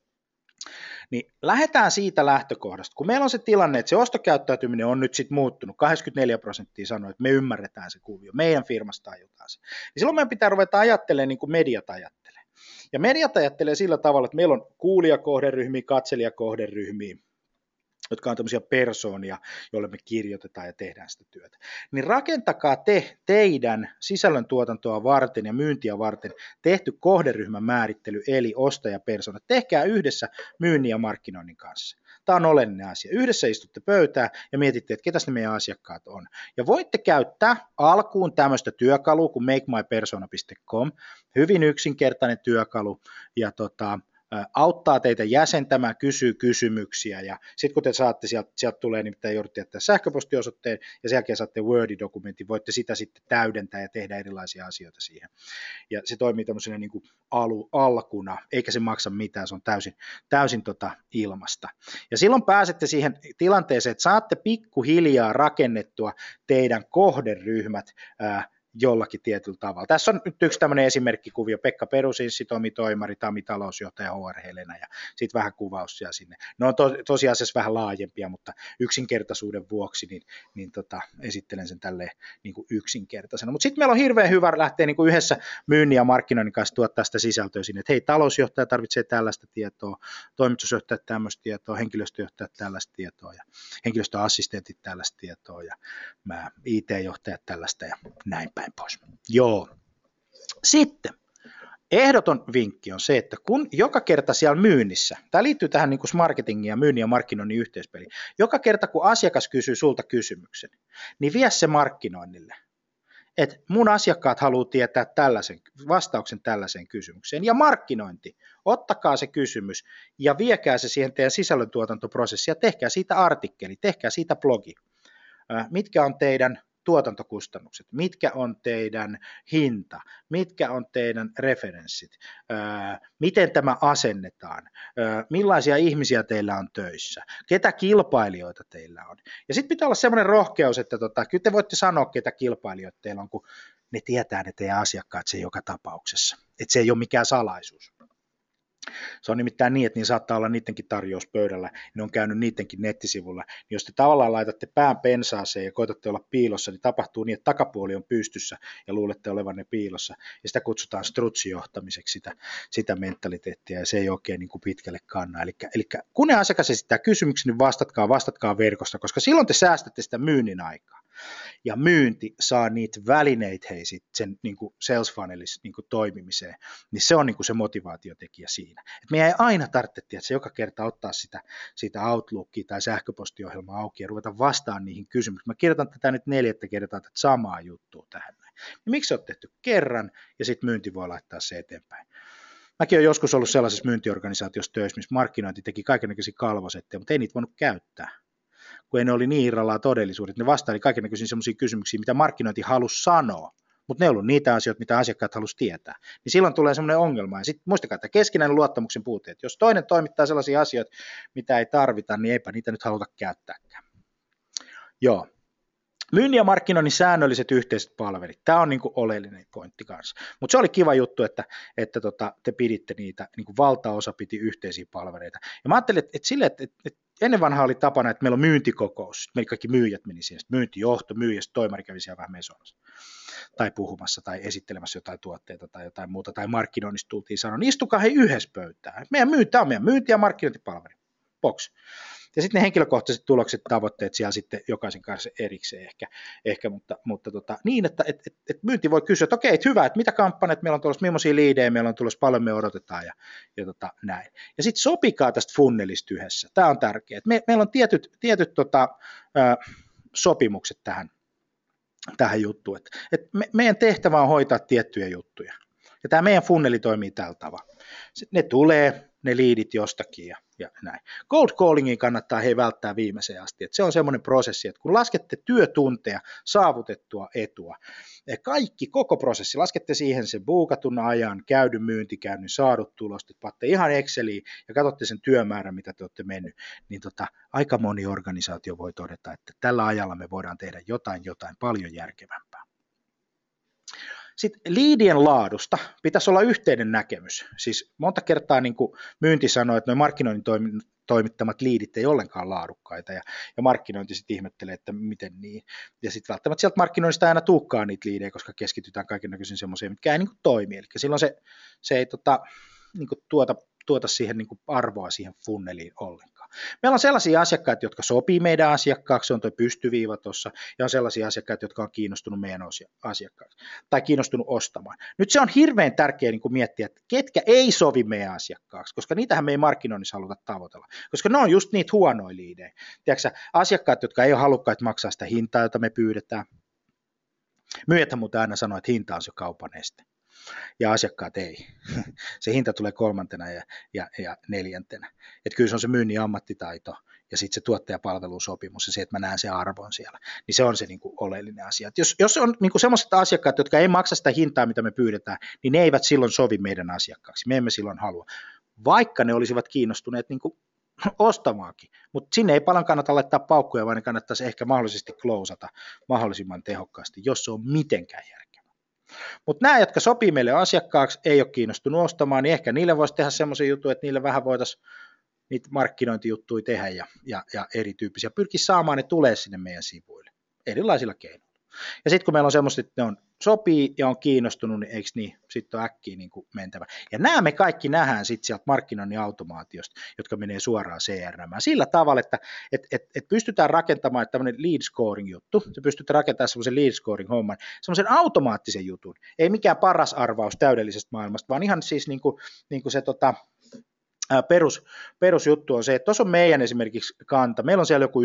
Niin lähdetään siitä lähtökohdasta, kun meillä on se tilanne, että se ostokäyttäytyminen on nyt sitten muuttunut, kahdeksankymmentäneljä prosenttia sanoo, että me ymmärretään se kuvio, meidän firmasta tajutaan se. Niin silloin meidän pitää ruveta ajattelemaan niin kuin mediat ajattelee. Ja mediat ajattelee sillä tavalla, että meillä on kuulijakohderyhmiä, katselijakohderyhmiä, jotka on tämmöisiä persoonia, joille me kirjoitetaan ja tehdään sitä työtä. Niin rakentakaa te teidän sisällöntuotantoa varten ja myyntiä varten tehty kohderyhmän määrittely, eli ostajapersona. Tehkää yhdessä myynnin ja markkinoinnin kanssa. Tämä on oleellinen asia. Yhdessä istutte pöytään ja mietitte, että ketäs ne meidän asiakkaat on. Ja voitte käyttää alkuun tämmöistä työkalua kuin make my persona piste com. Hyvin yksinkertainen työkalu ja tota, auttaa teitä jäsentämään, kysyy kysymyksiä ja sitten kun te saatte, sieltä, sieltä tulee nimittäin joudutte jättää sähköpostiosoitteen ja sen jälkeen saatte Word-dokumentin, voitte sitä sitten täydentää ja tehdä erilaisia asioita siihen. Ja se toimii tämmöisenä niin kuin alu, alkuna, eikä se maksa mitään, se on täysin, täysin tota ilmasta. Ja silloin pääsette siihen tilanteeseen, että saatte pikkuhiljaa rakennettua teidän kohderyhmät ää, jollakin tietyllä tavalla. Tässä on nyt yksi tämmöinen esimerkkikuvio, Pekka Perusinssi, Tomi Toimari, Tami talousjohtaja, H R Helena ja sitten vähän kuvaus siellä sinne. Ne on to, tosiasiassa vähän laajempia, mutta yksinkertaisuuden vuoksi niin, niin tota, esittelen sen tälleen niin kuin yksinkertaisena. Mutta sitten meillä on hirveän hyvä lähteä niin kuin yhdessä myynnin ja markkinoinnin kanssa tuottaa sitä sisältöä sinne, että hei, talousjohtaja tarvitsee tällaista tietoa, toimitusjohtaja tämmöistä tietoa, henkilöstöjohtaja tällaista tietoa ja henkilöstöassistentit tällaista tietoa ja mä I T-johtajat tällaista ja näin päin pois. Joo. Sitten ehdoton vinkki on se, että kun joka kerta siellä myynnissä, tämä liittyy tähän niin kuin marketingin ja myynnin ja markkinoinnin yhteispeliin, joka kerta kun asiakas kysyy sulta kysymyksen, niin vie se markkinoinnille. Että mun asiakkaat haluaa tietää tällaisen, vastauksen tällaiseen kysymykseen. Ja markkinointi, ottakaa se kysymys ja viekää se siihen teidän sisällöntuotantoprosessiin ja tehkää siitä artikkeli, tehkää siitä blogi. Mitkä on teidän tuotantokustannukset, mitkä on teidän hinta, mitkä on teidän referenssit, miten tämä asennetaan, millaisia ihmisiä teillä on töissä, ketä kilpailijoita teillä on. Ja sitten pitää olla semmoinen rohkeus, että tota, kyllä te voitte sanoa, ketä kilpailijoita teillä on, kun ne tietää ne teidän asiakkaat se joka tapauksessa, että se ei ole mikään salaisuus. Se on nimittäin niin, että niin saattaa olla niidenkin tarjouspöydällä, ne on käynyt niidenkin nettisivulla, niin jos te tavallaan laitatte pään pensaaseen ja koetatte olla piilossa, niin tapahtuu niin, että takapuoli on pystyssä ja luulette olevanne piilossa, ja sitä kutsutaan strutsijohtamiseksi, sitä, sitä mentaliteettia, ja se ei oikein niin kuin pitkälle kanna. Eli, eli kun ne asiakas esittää kysymyksen, niin vastatkaa, vastatkaa verkosta, koska silloin te säästätte sitä myynnin aikaa. Ja myynti saa niitä välineitä hei sit sen niin kuin sales funnelissa niin kuin toimimiseen, niin se on niin kuin se motivaatiotekijä siinä. Et meidän ei aina tarvitse, että se joka kerta ottaa sitä, sitä Outlookia tai sähköpostiohjelmaa auki ja ruveta vastaan niihin kysymyksiin. Mä kirjoitan tätä nyt neljättä kertaa tätä samaa juttua tähän. Ja miksi se on tehty kerran ja sitten myynti voi laittaa se eteenpäin. Mäkin olen joskus ollut sellaisessa myyntiorganisaatiossa töissä, missä markkinointi teki kaikennäköisiä kalvosetteja, mutta ei niitä voinut käyttää. Kun ei ne oli niin irrallaan todellisuudet, ne vastaili kaikennäköisiin sellaisia kysymyksiä, mitä markkinointi halusi sanoa, mutta ne ei ollut niitä asioita, mitä asiakkaat halusi tietää. Niin silloin tulee semmoinen ongelma, ja sitten muistakaa, että keskinäinen luottamuksen puute, että jos toinen toimittaa sellaisia asioita, mitä ei tarvita, niin eipä niitä nyt haluta käyttääkään. Joo. Myynnin ja markkinoinnin säännölliset yhteiset palvelut, tämä on niin kuin oleellinen pointti kanssa. Mutta se oli kiva juttu, että, että tota, te piditte niitä, niin kuin valtaosa piti yhteisiä palveluita. Ja mä ajattelin, että, että, sille, että, että ennen vanhaa oli tapana, että meillä on myyntikokous, meillä kaikki myyjät meni siihen, myyntijohto, myyjästä toimari kävi siellä vähän mesomassa tai puhumassa tai esittelemässä jotain tuotteita tai jotain muuta, tai markkinoinnista tultiin sanoa, niin istukaa he yhdessä pöytään. Meidän myynti on meidän myynti- ja markkinointipalvelu. Box. Ja sitten ne henkilökohtaiset tulokset, tavoitteet siellä sitten jokaisen kanssa erikseen ehkä, ehkä mutta, mutta tota, niin, että et, et, et myynti voi kysyä, että okei, että hyvä, että mitä kampanjat meillä on tulossa, millaisia liidejä meillä on tulossa, paljon me odotetaan ja, ja tota, näin. Ja sitten sopikaa tästä funnelista yhdessä, tämä on tärkeää. Me, meillä on tietyt, tietyt tota, ä, sopimukset tähän, tähän juttuun. Et, et me, meidän tehtävä on hoitaa tiettyjä juttuja. Ja tämä meidän funneli toimii tällä tavalla. Ne tulee, ne liidit jostakin ja, ja näin. Cold callingin kannattaa hei välttää viimeiseen asti. Et se on semmoinen prosessi, että kun laskette työtunteja saavutettua etua, kaikki, koko prosessi, laskette siihen sen buukatun ajan, käydyn myyntikäynnin, saadut tulostet, paatte ihan Exceliin ja katsotte sen työmäärän, mitä te olette mennyt, niin tota, aika moni organisaatio voi todeta, että tällä ajalla me voidaan tehdä jotain, jotain paljon järkevämpää. Sitten liidien laadusta pitäisi olla yhteinen näkemys. Siis monta kertaa niin kuin myynti sanoo, että nuo markkinoinnin toimittamat liidit ei ollenkaan laadukkaita, ja, ja markkinointi sitten ihmettelee, että miten niin. Ja sitten välttämättä sieltä markkinoinnista ei aina tulekaan niitä liidejä, koska keskitytään kaikennäköisiin semmoisiin, mitkä ei niin kuin toimi. Eli silloin se, se ei tota, niin kuin tuota, tuota siihen niin kuin arvoa siihen funneliin ollenkaan. Meillä on sellaisia asiakkaita, jotka sopii meidän asiakkaaksi, se on tuo pystyviiva tuossa, ja on sellaisia asiakkaita, jotka on kiinnostunut meidän asiakkaaksi, tai kiinnostunut ostamaan. Nyt se on hirveän tärkeää niin kuin miettiä, että ketkä ei sovi meidän asiakkaaksi, koska niitähän me ei markkinoinnissa haluta tavoitella, koska ne on just niitä huonoja liidejä. Tiedätkö, asiakkaat, jotka ei ole halukkaita maksaa sitä hintaa, jota me pyydetään. Myyjäthän muuten aina sanoo, että hinta on se kaupan este. Ja asiakkaat ei. Se hinta tulee kolmantena ja, ja, ja neljäntenä. Että kyllä se on se myynnin ammattitaito ja sitten se tuottajapalvelusopimus ja se, että mä näen sen arvon siellä, niin se on se niin kuin oleellinen asia. Et jos, jos on niin kuin sellaiset asiakkaat, jotka ei maksa sitä hintaa, mitä me pyydetään, niin ne eivät silloin sovi meidän asiakkaaksi. Me emme silloin halua, vaikka ne olisivat kiinnostuneet niin kuin ostamaankin, mutta sinne ei paljon kannata laittaa paukkuja, vaan ne kannattaisi ehkä mahdollisesti klousata mahdollisimman tehokkaasti, jos se on mitenkään järkevää. Mutta nämä, jotka sopii meille asiakkaaksi, ei ole kiinnostunut ostamaan, niin ehkä niille voisi tehdä semmoisen jutun, että niille vähän voitaisiin niitä markkinointijuttuja tehdä ja, ja, ja erityyppisiä. Pyrkii saamaan ne tulee sinne meidän sivuille erilaisilla keinoilla. Ja sitten kun meillä on semmoista, että ne on sopii ja on kiinnostunut, niin eikö niin, sitten on äkkiä niin kuin mentävä. Ja nämä me kaikki nähdään sitten sieltä markkinoinnin automaatiosta, jotka menee suoraan C R M:ään. Sillä tavalla, että et, et, et pystytään rakentamaan tämmöinen lead scoring juttu, se pystytään rakentamaan semmoisen lead scoring homman, semmoisen automaattisen jutun, ei mikään paras arvaus täydellisestä maailmasta, vaan ihan siis niin kuin, niin kuin se tota, perus, perusjuttu on se, että tuossa on meidän esimerkiksi kanta, meillä on siellä joku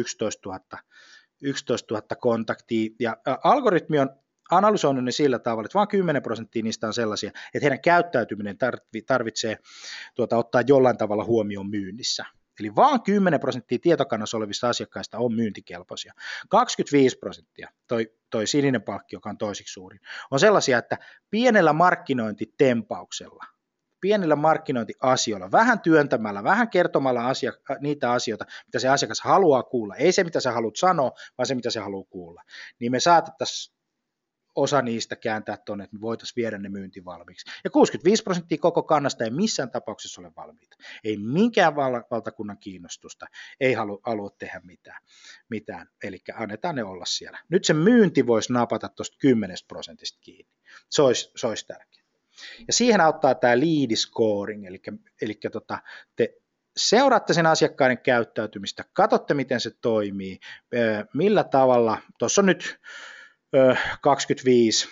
yksitoista tuhatta kontaktia, ja algoritmi on analysoinut ne sillä tavalla, että vain kymmenen prosenttia niistä on sellaisia, että heidän käyttäytyminen tarvitsee tuota, ottaa jollain tavalla huomioon myynnissä. Eli vain kymmenen prosenttia tietokannassa olevista asiakkaista on myyntikelpoisia. kaksikymmentäviisi prosenttia, toi, toi sininen palkki, joka on toisiksi suurin, on sellaisia, että pienellä markkinointitempauksella, pienillä markkinointiasioilla, vähän työntämällä, vähän kertomalla asia, niitä asioita, mitä se asiakas haluaa kuulla, ei se, mitä sä haluat sanoa, vaan se, mitä se haluaa kuulla, niin me saatettaisiin osa niistä kääntää tuonne, että me voitaisiin viedä ne myynti valmiiksi. Ja kuusikymmentäviisi prosenttia koko kannasta ei missään tapauksessa ole valmiita. Ei minkään val- valtakunnan kiinnostusta, ei halua, halua tehdä mitään, mitään. Eli annetaan ne olla siellä. Nyt se myynti voisi napata tuosta kymmenestä prosentista kiinni. Se olisi, se olisi tärkeää. Ja siihen auttaa tämä lead scoring, eli, eli tota, te seuraatte sen asiakkaiden käyttäytymistä, katsotte miten se toimii, millä tavalla, tuossa on nyt kaksikymmentäviisi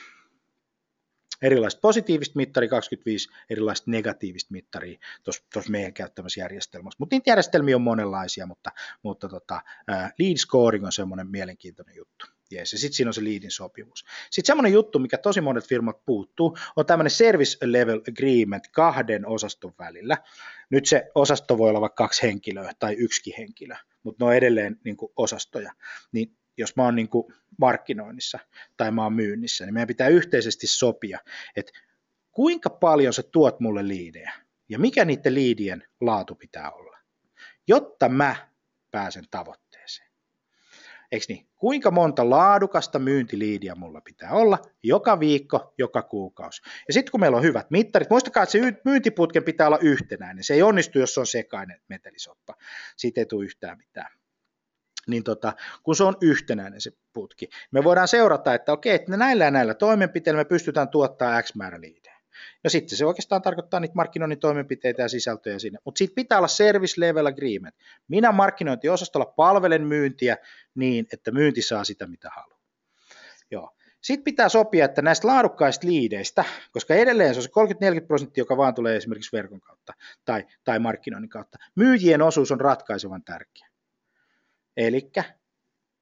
erilaista positiivista mittaria, kaksikymmentäviisi erilaista negatiivista mittaria tuossa meidän käyttämässä järjestelmässä. Mutta niitä järjestelmiä on monenlaisia, mutta, mutta tota, lead scoring on semmoinen mielenkiintoinen juttu. Yes, ja sitten siinä on se leadin sopimus. Sitten semmoinen juttu, mikä tosi monet firmat puuttuu, on tämmöinen service level agreement kahden osaston välillä. Nyt se osasto voi olla vaikka kaksi henkilöä tai yksikin henkilö, mutta ne on edelleen niin kuin osastoja. Niin jos mä oon niin kuin markkinoinnissa tai mä oon myynnissä, niin meidän pitää yhteisesti sopia, että kuinka paljon sä tuot mulle liidejä ja mikä niiden liidien laatu pitää olla, jotta mä pääsen tavoitteeseen. Eikö niin? Kuinka monta laadukasta myyntiliidiä mulla pitää olla joka viikko, joka kuukausi. Ja sitten kun meillä on hyvät mittarit, muistakaa, että se myyntiputken pitää olla yhtenäinen. Se ei onnistu, jos se on sekainen metelisoppa. Siitä ei tule yhtään mitään. Niin tota, kun se on yhtenäinen se putki, me voidaan seurata, että okei, että näillä ja näillä toimenpiteillä me pystytään tuottamaan X määrä liidejä. Ja sitten se oikeastaan tarkoittaa niitä markkinoinnin toimenpiteitä ja sisältöjä sinne. Mutta siitä pitää olla service level agreement. Minä markkinointiosastolla palvelen myyntiä niin, että myynti saa sitä, mitä haluaa. Joo. Sitten pitää sopia, että näistä laadukkaista liideistä, koska edelleen se on se kolmekymmentä neljäkymmentä prosenttia, joka vaan tulee esimerkiksi verkon kautta tai, tai markkinoinnin kautta, myyjien osuus on ratkaisevan tärkeä. Elikkä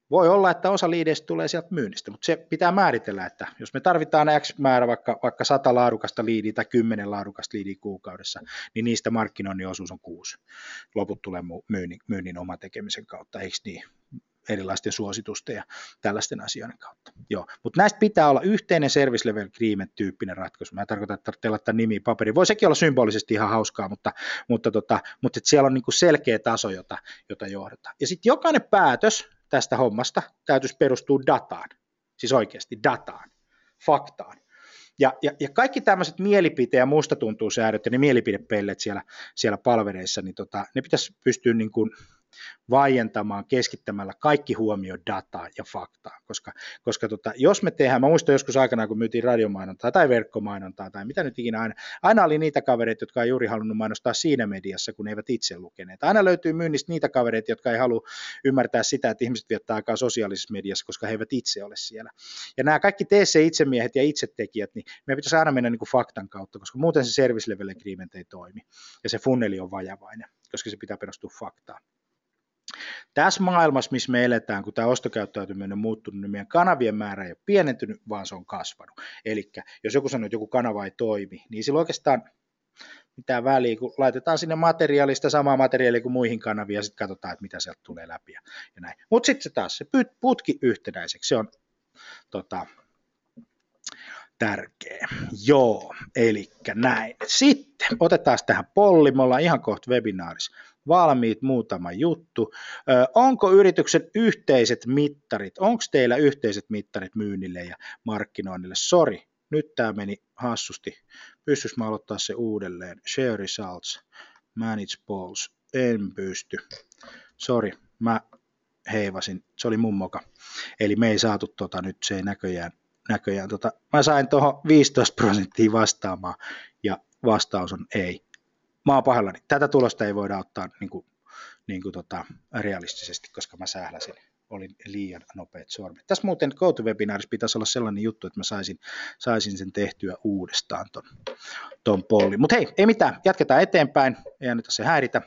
Voi olla, että osa liideistä tulee sieltä myynnistä, mutta se pitää määritellä, että jos me tarvitaan X määrä, vaikka, vaikka sata laadukasta liidiä tai kymmenen laadukasta liidiä kuukaudessa, niin niistä markkinoinnin osuus on kuusi. Loput tulee myynnin, myynnin oman tekemisen kautta, eikö niin? Erilaisten suositusten ja tällaisten asioiden kautta. Joo, mutta näistä pitää olla yhteinen service level agreement -tyyppinen ratkaisu. Mä tarkoitan, että tarvitsee laittaa nimi paperiin. Voi sekin olla symbolisesti ihan hauskaa, mutta, mutta, tota, mutta siellä on niinku selkeä taso, jota, jota johdetaan. Ja sitten jokainen päätös tästä hommasta täytyisi perustua dataan, siis oikeasti dataan, faktaan. Ja, ja, ja kaikki tämmöiset mielipite- ja musta tuntuu säädöt ja ne mielipidepellet siellä, siellä palvereissa, niin tota, ne pitäisi pystyä niin kuin vaientamaan keskittämällä kaikki huomio dataa ja faktaa, koska, koska tota, jos me tehdään, mä muistan joskus aikanaan, kun myytiin radiomainontaa tai verkkomainontaa tai mitä nyt ikinä aina, aina oli niitä kavereita, jotka ei juuri halunnut mainostaa siinä mediassa, kun ne eivät itse lukeneet. Aina löytyy myynnistä niitä kavereita, jotka ei halua ymmärtää sitä, että ihmiset viettää aikaa sosiaalisessa mediassa, koska he eivät itse ole siellä. Ja nämä kaikki tee se itsemiehet ja itsetekijät, niin meidän pitäisi aina mennä niin kuin faktan kautta, koska muuten se service level agreement ei toimi ja se funneli on vajavainen, koska se pitää perustua faktaan. Tässä maailmassa, missä me eletään, kun tämä ostokäyttäytyminen on muuttunut, niin meidän kanavien määrä ei ole pienentynyt, vaan se on kasvanut. Eli jos joku sanoo, että joku kanava ei toimi, niin sillä oikeastaan mitään väliä, kun laitetaan sinne materiaalista samaa materiaalia kuin muihin kanaviin, ja sitten katsotaan, että mitä sieltä tulee läpi ja, ja näin. Mutta sitten se taas, se putki yhtenäiseksi, se on tota, tärkeä. Joo, eli näin. Sitten otetaan tähän polli, me ollaan ihan kohta webinaarissa valmiit, muutama juttu. Ö, onko yrityksen yhteiset mittarit, onko teillä yhteiset mittarit myynnille ja markkinoinnille? Sori, nyt tämä meni hassusti. Pystyis mä aloittaa se uudelleen? Share results, manage polls, en pysty. Sori, mä heivasin, se oli mun moka. Eli me ei saatu tota nyt, se ei näköjään, näköjään tota, mä sain tuohon viisitoista prosenttia vastaamaan ja vastaus on ei. Mä oon pahallani. Tätä tulosta ei voida ottaa niin kuin, niin kuin tota, realistisesti, koska mä sähläsin. Olin liian nopeat sormet. Tässä muuten GoToWebinaarissa pitäisi olla sellainen juttu, että mä saisin, saisin sen tehtyä uudestaan ton, ton pollin. Mutta hei, ei mitään, jatketaan eteenpäin, ei anneta se häiritä.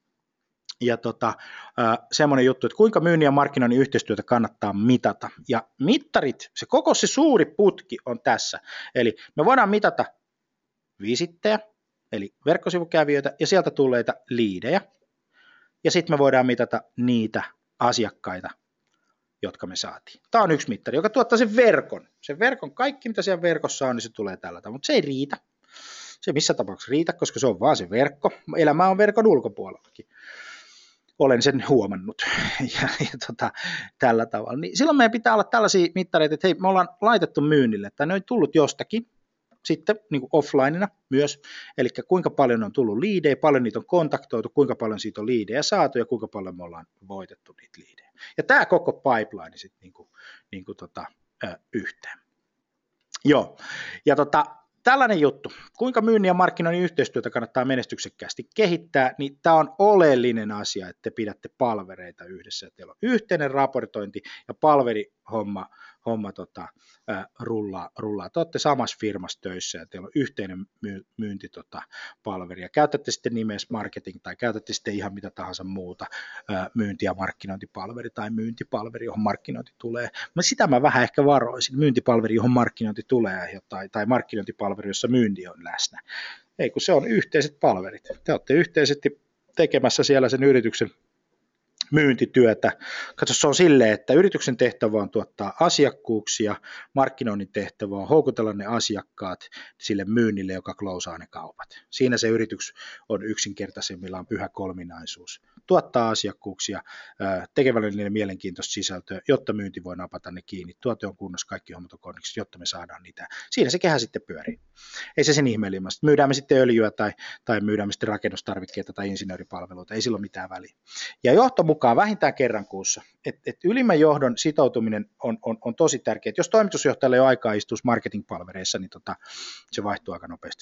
Ja tota, semmoinen juttu, että kuinka myynnin ja markkinoinnin yhteistyötä kannattaa mitata. Ja mittarit, se koko se suuri putki on tässä. Eli me voidaan mitata visittejä, eli verkkosivukävijöitä, ja sieltä tulleita liidejä. Ja sitten me voidaan mitata niitä asiakkaita, jotka me saatiin. Tämä on yksi mittari, joka tuottaa sen verkon. Sen verkon, kaikki mitä siellä verkossa on, niin se tulee tällä tavalla, mutta se ei riitä. Se ei missä tapauksessa riitä, koska se on vaan se verkko. Elämä on verkon ulkopuolellakin. Olen sen huomannut ja, ja tota, tällä tavalla. Niin silloin meidän pitää olla tällaisia mittareita, että hei, me ollaan laitettu myynnille, tai ne on tullut jostakin, sitten niin kuin offlineina myös, eli kuinka paljon on tullut liidejä, paljon niitä on kontaktoitu, kuinka paljon siitä on liidejä saatu ja kuinka paljon me ollaan voitettu niitä liidejä. Ja tämä koko pipeline sitten niin kuin, niin kuin tota, ö, yhteen. Joo, ja tota, tällainen juttu, kuinka myynnin ja markkinoinnin yhteistyötä kannattaa menestyksekkäästi kehittää, niin tämä on oleellinen asia, että te pidätte palvereita yhdessä, että teillä on yhteinen raportointi ja palverihomma homma, tota, äh, rullaa, rullaa. Te olette samassa firmassa töissä ja teillä on yhteinen myy- myynti tota, palveri ja käytätte sitten nimeä marketing tai käytätte sitten ihan mitä tahansa muuta äh, myynti- ja markkinointipalveri tai myyntipalveri, johon markkinointi tulee. Mä sitä mä vähän ehkä varoisin, myyntipalveri, johon markkinointi tulee tai, tai markkinointipalveri, jossa myynti on läsnä. Ei, kun se on yhteiset palverit. Te olette yhteisesti tekemässä siellä sen yrityksen myyntityötä. Katso, se on silleen, että yrityksen tehtävä on tuottaa asiakkuuksia, markkinoinnin tehtävä on houkutella ne asiakkaat sille myynnille, joka closaa ne kaupat. Siinä se yritys on yksinkertaisemmillaan pyhä kolminaisuus. Tuottaa asiakkuuksia, tekevällä niille mielenkiintoista sisältöä, jotta myynti voi napata ne kiinni. Tuote on kunnossa, kaikki hommat on konneksi, jotta me saadaan niitä. Siinä se kehä sitten pyörii. Ei se sen ihmeellimmästä. Myydään me sitten öljyä tai, tai myydään me sitten rakennustarvikkeita tai insinööripalveluita, ei silloin mitään väliä. Ja johto mukaan vähintään kerran kuussa. Et, et ylimmän johdon sitoutuminen on, on, on tosi tärkeää. Jos toimitusjohtajalle ei ole aikaa istua marketing-palvereissa, niin tota, se vaihtuu aika nopeasti.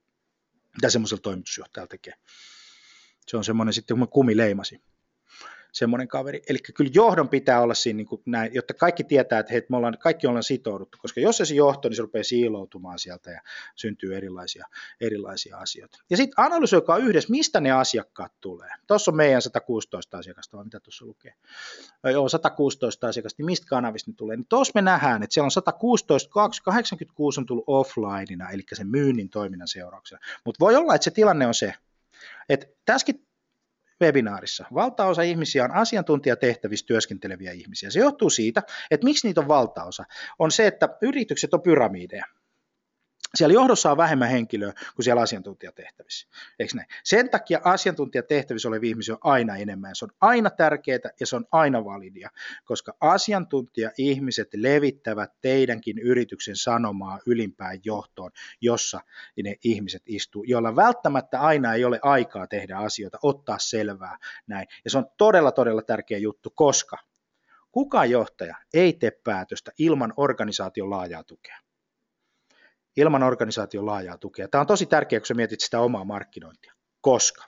Mitä semmoisella toimitusjohtajalla tekee? Se on semmoinen sitten, kun mä kumileimasi. semmoinen kaveri. Eli kyllä johdon pitää olla siinä niin kuin näin, jotta kaikki tietää, että hei, me ollaan, kaikki ollaan sitouduttu, koska jos se johto, niin se rupeaa siiloutumaan sieltä ja syntyy erilaisia, erilaisia asioita. Ja sitten analysoikaa yhdessä, mistä ne asiakkaat tulee. Tuossa on meidän sata kuusitoista asiakasta, vai mitä tuossa lukee? Joo, sata kuusitoista asiakasta, niin mistä kanavista ne tulee? Niin tuossa me nähdään, että siellä on sata kuusitoista, kahdeksankymmentäkuusi on tullut offlineina, eli sen myynnin toiminnan seurauksena. Mutta voi olla, että se tilanne on se, että tässäkin webinaarissa valtaosa ihmisiä on asiantuntijatehtävissä työskenteleviä ihmisiä. Se johtuu siitä, että miksi niitä on valtaosa, on se, että yritykset on pyramideja. Siellä johdossa on vähemmän henkilöä kuin siellä asiantuntijatehtävissä. Eikö näin? Sen takia asiantuntijatehtävissä olevia ihmisiä on aina enemmän. Se on aina tärkeää ja se on aina validia, koska asiantuntija-ihmiset levittävät teidänkin yrityksen sanomaa ylimpään johtoon, jossa ne ihmiset istuu, joilla välttämättä aina ei ole aikaa tehdä asioita, ottaa selvää näin. Ja se on todella, todella tärkeä juttu, koska kukaan johtaja ei tee päätöstä ilman organisaation laajaa tukea. Ilman organisaation laajaa tukea. Tämä on tosi tärkeää, kun sä mietit sitä omaa markkinointia, koska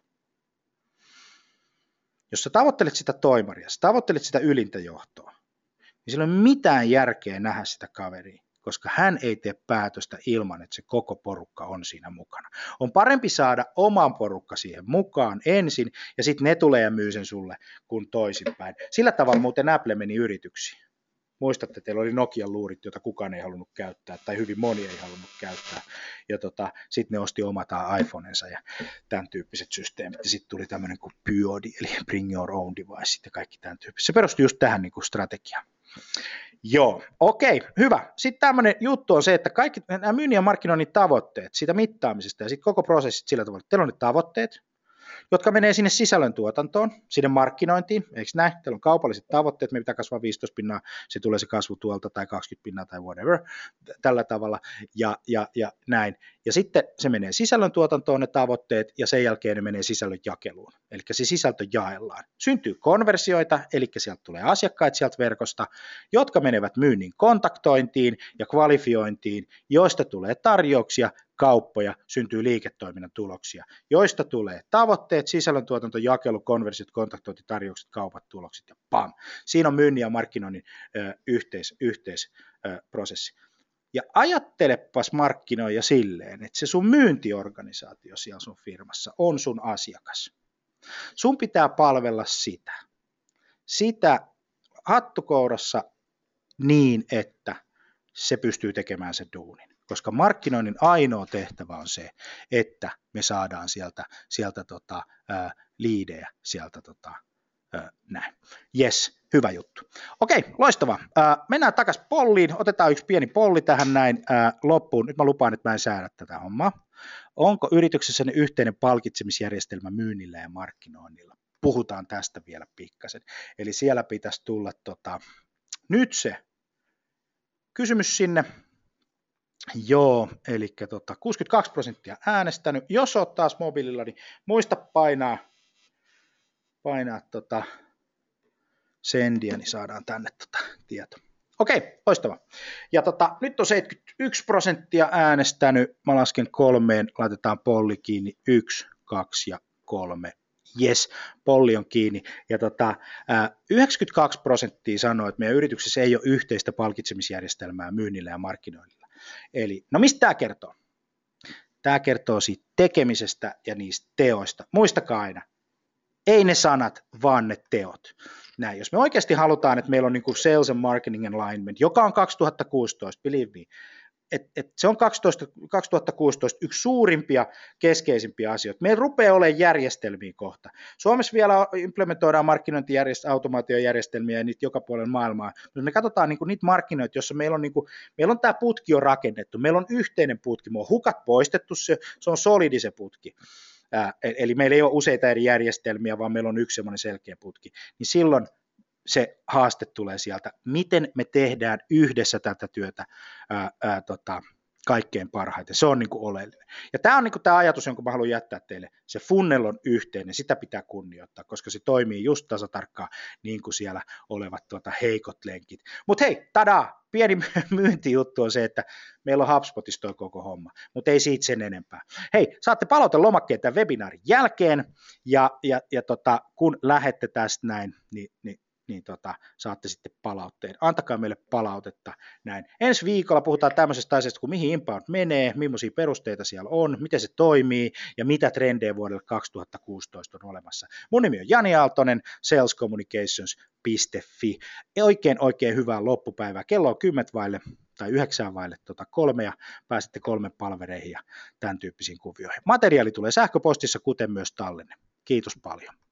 jos sä tavoittelet sitä toimaria, sä tavoittelet sitä ylintä johtoa, niin sillä ei ole mitään järkeä nähdä sitä kaveria, koska hän ei tee päätöstä ilman, että se koko porukka on siinä mukana. On parempi saada oman porukka siihen mukaan ensin, ja sitten ne tulee ja myy sen sulle kuin toisinpäin. Sillä tavalla muuten Apple meni yrityksiin. Muistatte, teillä oli Nokian luurit, joita kukaan ei halunnut käyttää, tai hyvin moni ei halunnut käyttää, ja tota, sitten ne osti omat iPhoneensa ja tämän tyyppiset systeemit, ja sitten tuli tämmöinen kuin P Y O D, eli Bring Your Own Device, ja kaikki tämän tyyppiset. Se perustui just tähän niin kuin strategiaan. Joo, okei, hyvä. Sitten tämmöinen juttu on se, että kaikki nämä myynnin ja markkinoinnin tavoitteet, siitä mittaamisesta ja sitten koko prosessit sillä tavalla, että teillä on ne tavoitteet, jotka menee sinne sisällöntuotantoon, sinne markkinointiin, eikö näin? Teillä on kaupalliset tavoitteet, me pitää kasvaa viisitoista pinnaa, se tulee se kasvu tuolta, tai kaksikymmentä pinnaa, tai whatever, tällä tavalla, ja, ja, ja näin. Ja sitten se menee sisällöntuotantoon ne tavoitteet, ja sen jälkeen ne menee sisällön jakeluun, eli se sisältö jaellaan. Syntyy konversioita, eli sieltä tulee asiakkaita sieltä verkosta, jotka menevät myynnin kontaktointiin ja kvalifiointiin, joista tulee tarjouksia, kauppoja, syntyy liiketoiminnan tuloksia, joista tulee tavoitteet, sisällöntuotanto, jakelu, konversiot, kontaktointi, tarjoukset, kaupat, tulokset ja pam. Siinä on myynnin ja markkinoinnin ö, yhteis, yhteisprosessi. Ja ajattelepas markkinoija silleen, että se sun myyntiorganisaatio siellä sun firmassa on sun asiakas. Sun pitää palvella sitä. Sitä hattukourassa niin, että se pystyy tekemään sen duunin. Koska markkinoinnin ainoa tehtävä on se, että me saadaan sieltä, sieltä tota, ää, liidejä, sieltä tota, ää, näin. Jes, hyvä juttu. Okei, loistavaa. Ää, mennään takaisin polliin, otetaan yksi pieni polli tähän näin ää, loppuun. Nyt mä lupaan, että mä en säädä tätä hommaa. Onko yrityksessä yhteinen palkitsemisjärjestelmä myynnillä ja markkinoinnilla? Puhutaan tästä vielä pikkasen. Eli siellä pitäisi tulla tota, nyt se kysymys sinne. Joo, eli tota, kuusikymmentäkaksi prosenttia äänestänyt. Jos olet taas mobiililla, niin muista painaa, painaa tota sendiä, niin saadaan tänne tota tieto. Okei, loistava. Ja tota, nyt on seitsemänkymmentäyksi prosenttia äänestänyt. Mä lasken kolmeen, laitetaan polli kiinni. Yksi, kaksi ja kolme. Jes, polli on kiinni. Ja tota, yhdeksänkymmentäkaksi prosenttia sanoo, että meidän yrityksessä ei ole yhteistä palkitsemisjärjestelmää myynnillä ja markkinoinnilla. Eli, no mistä tämä kertoo? Tämä kertoo siitä tekemisestä ja niistä teoista. Muistakaa aina, ei ne sanat, vaan ne teot. Näin, jos me oikeasti halutaan, että meillä on niin kuin sales and marketing alignment, joka on kaksituhattakuusitoista, believe me, että et se on kaksituhattakuusitoista yksi suurimpia, keskeisimpiä asioita. Meillä rupeaa olemaan järjestelmiä kohta. Suomessa vielä implementoidaan markkinointijärjestelmiä, automaatiojärjestelmiä ja niitä joka puolella maailmaa. Mutta me katsotaan niinku niitä markkinoita, joissa meillä on, niinku, meillä on tämä putki on rakennettu, meillä on yhteinen putki, me on hukat poistettu, se, se on solidi se putki. Ää, eli meillä ei ole useita eri järjestelmiä, vaan meillä on yksi semmoinen selkeä putki. Niin silloin se haaste tulee sieltä, miten me tehdään yhdessä tätä työtä ää, ää, tota, kaikkein parhaiten. Se on niin kuin oleellinen. Ja tämä on niin kuin tämä ajatus, jonka mä haluan jättää teille. Se funnel on yhteinen, sitä pitää kunnioittaa, koska se toimii just tasatarkkaan niin kuin siellä olevat tuota heikot lenkit. Mutta hei, tadaa! Pieni myyntijuttu on se, että meillä on HubSpotissa toi koko homma, mutta ei siitä sen enempää. Hei, saatte palautelomakkeen tämän webinaarin jälkeen, ja, ja, ja tota, kun lähette tästä näin, niin, niin niin tota, saatte sitten palautteen. Antakaa meille palautetta näin. Ensi viikolla puhutaan tämmöisestä asiasta, kuin mihin inbound menee, millaisia perusteita siellä on, miten se toimii ja mitä trendejä vuodelle kaksituhattakuusitoista on olemassa. Mun nimi on Jani Aaltonen, sales communications piste fi. Oikein oikein hyvää loppupäivää. Kello on kymmentä vaille tai yhdeksään vaille tota kolme ja pääsette kolmen palvereihin ja tämän tyyppisiin kuvioihin. Materiaali tulee sähköpostissa, kuten myös tallenne. Kiitos paljon.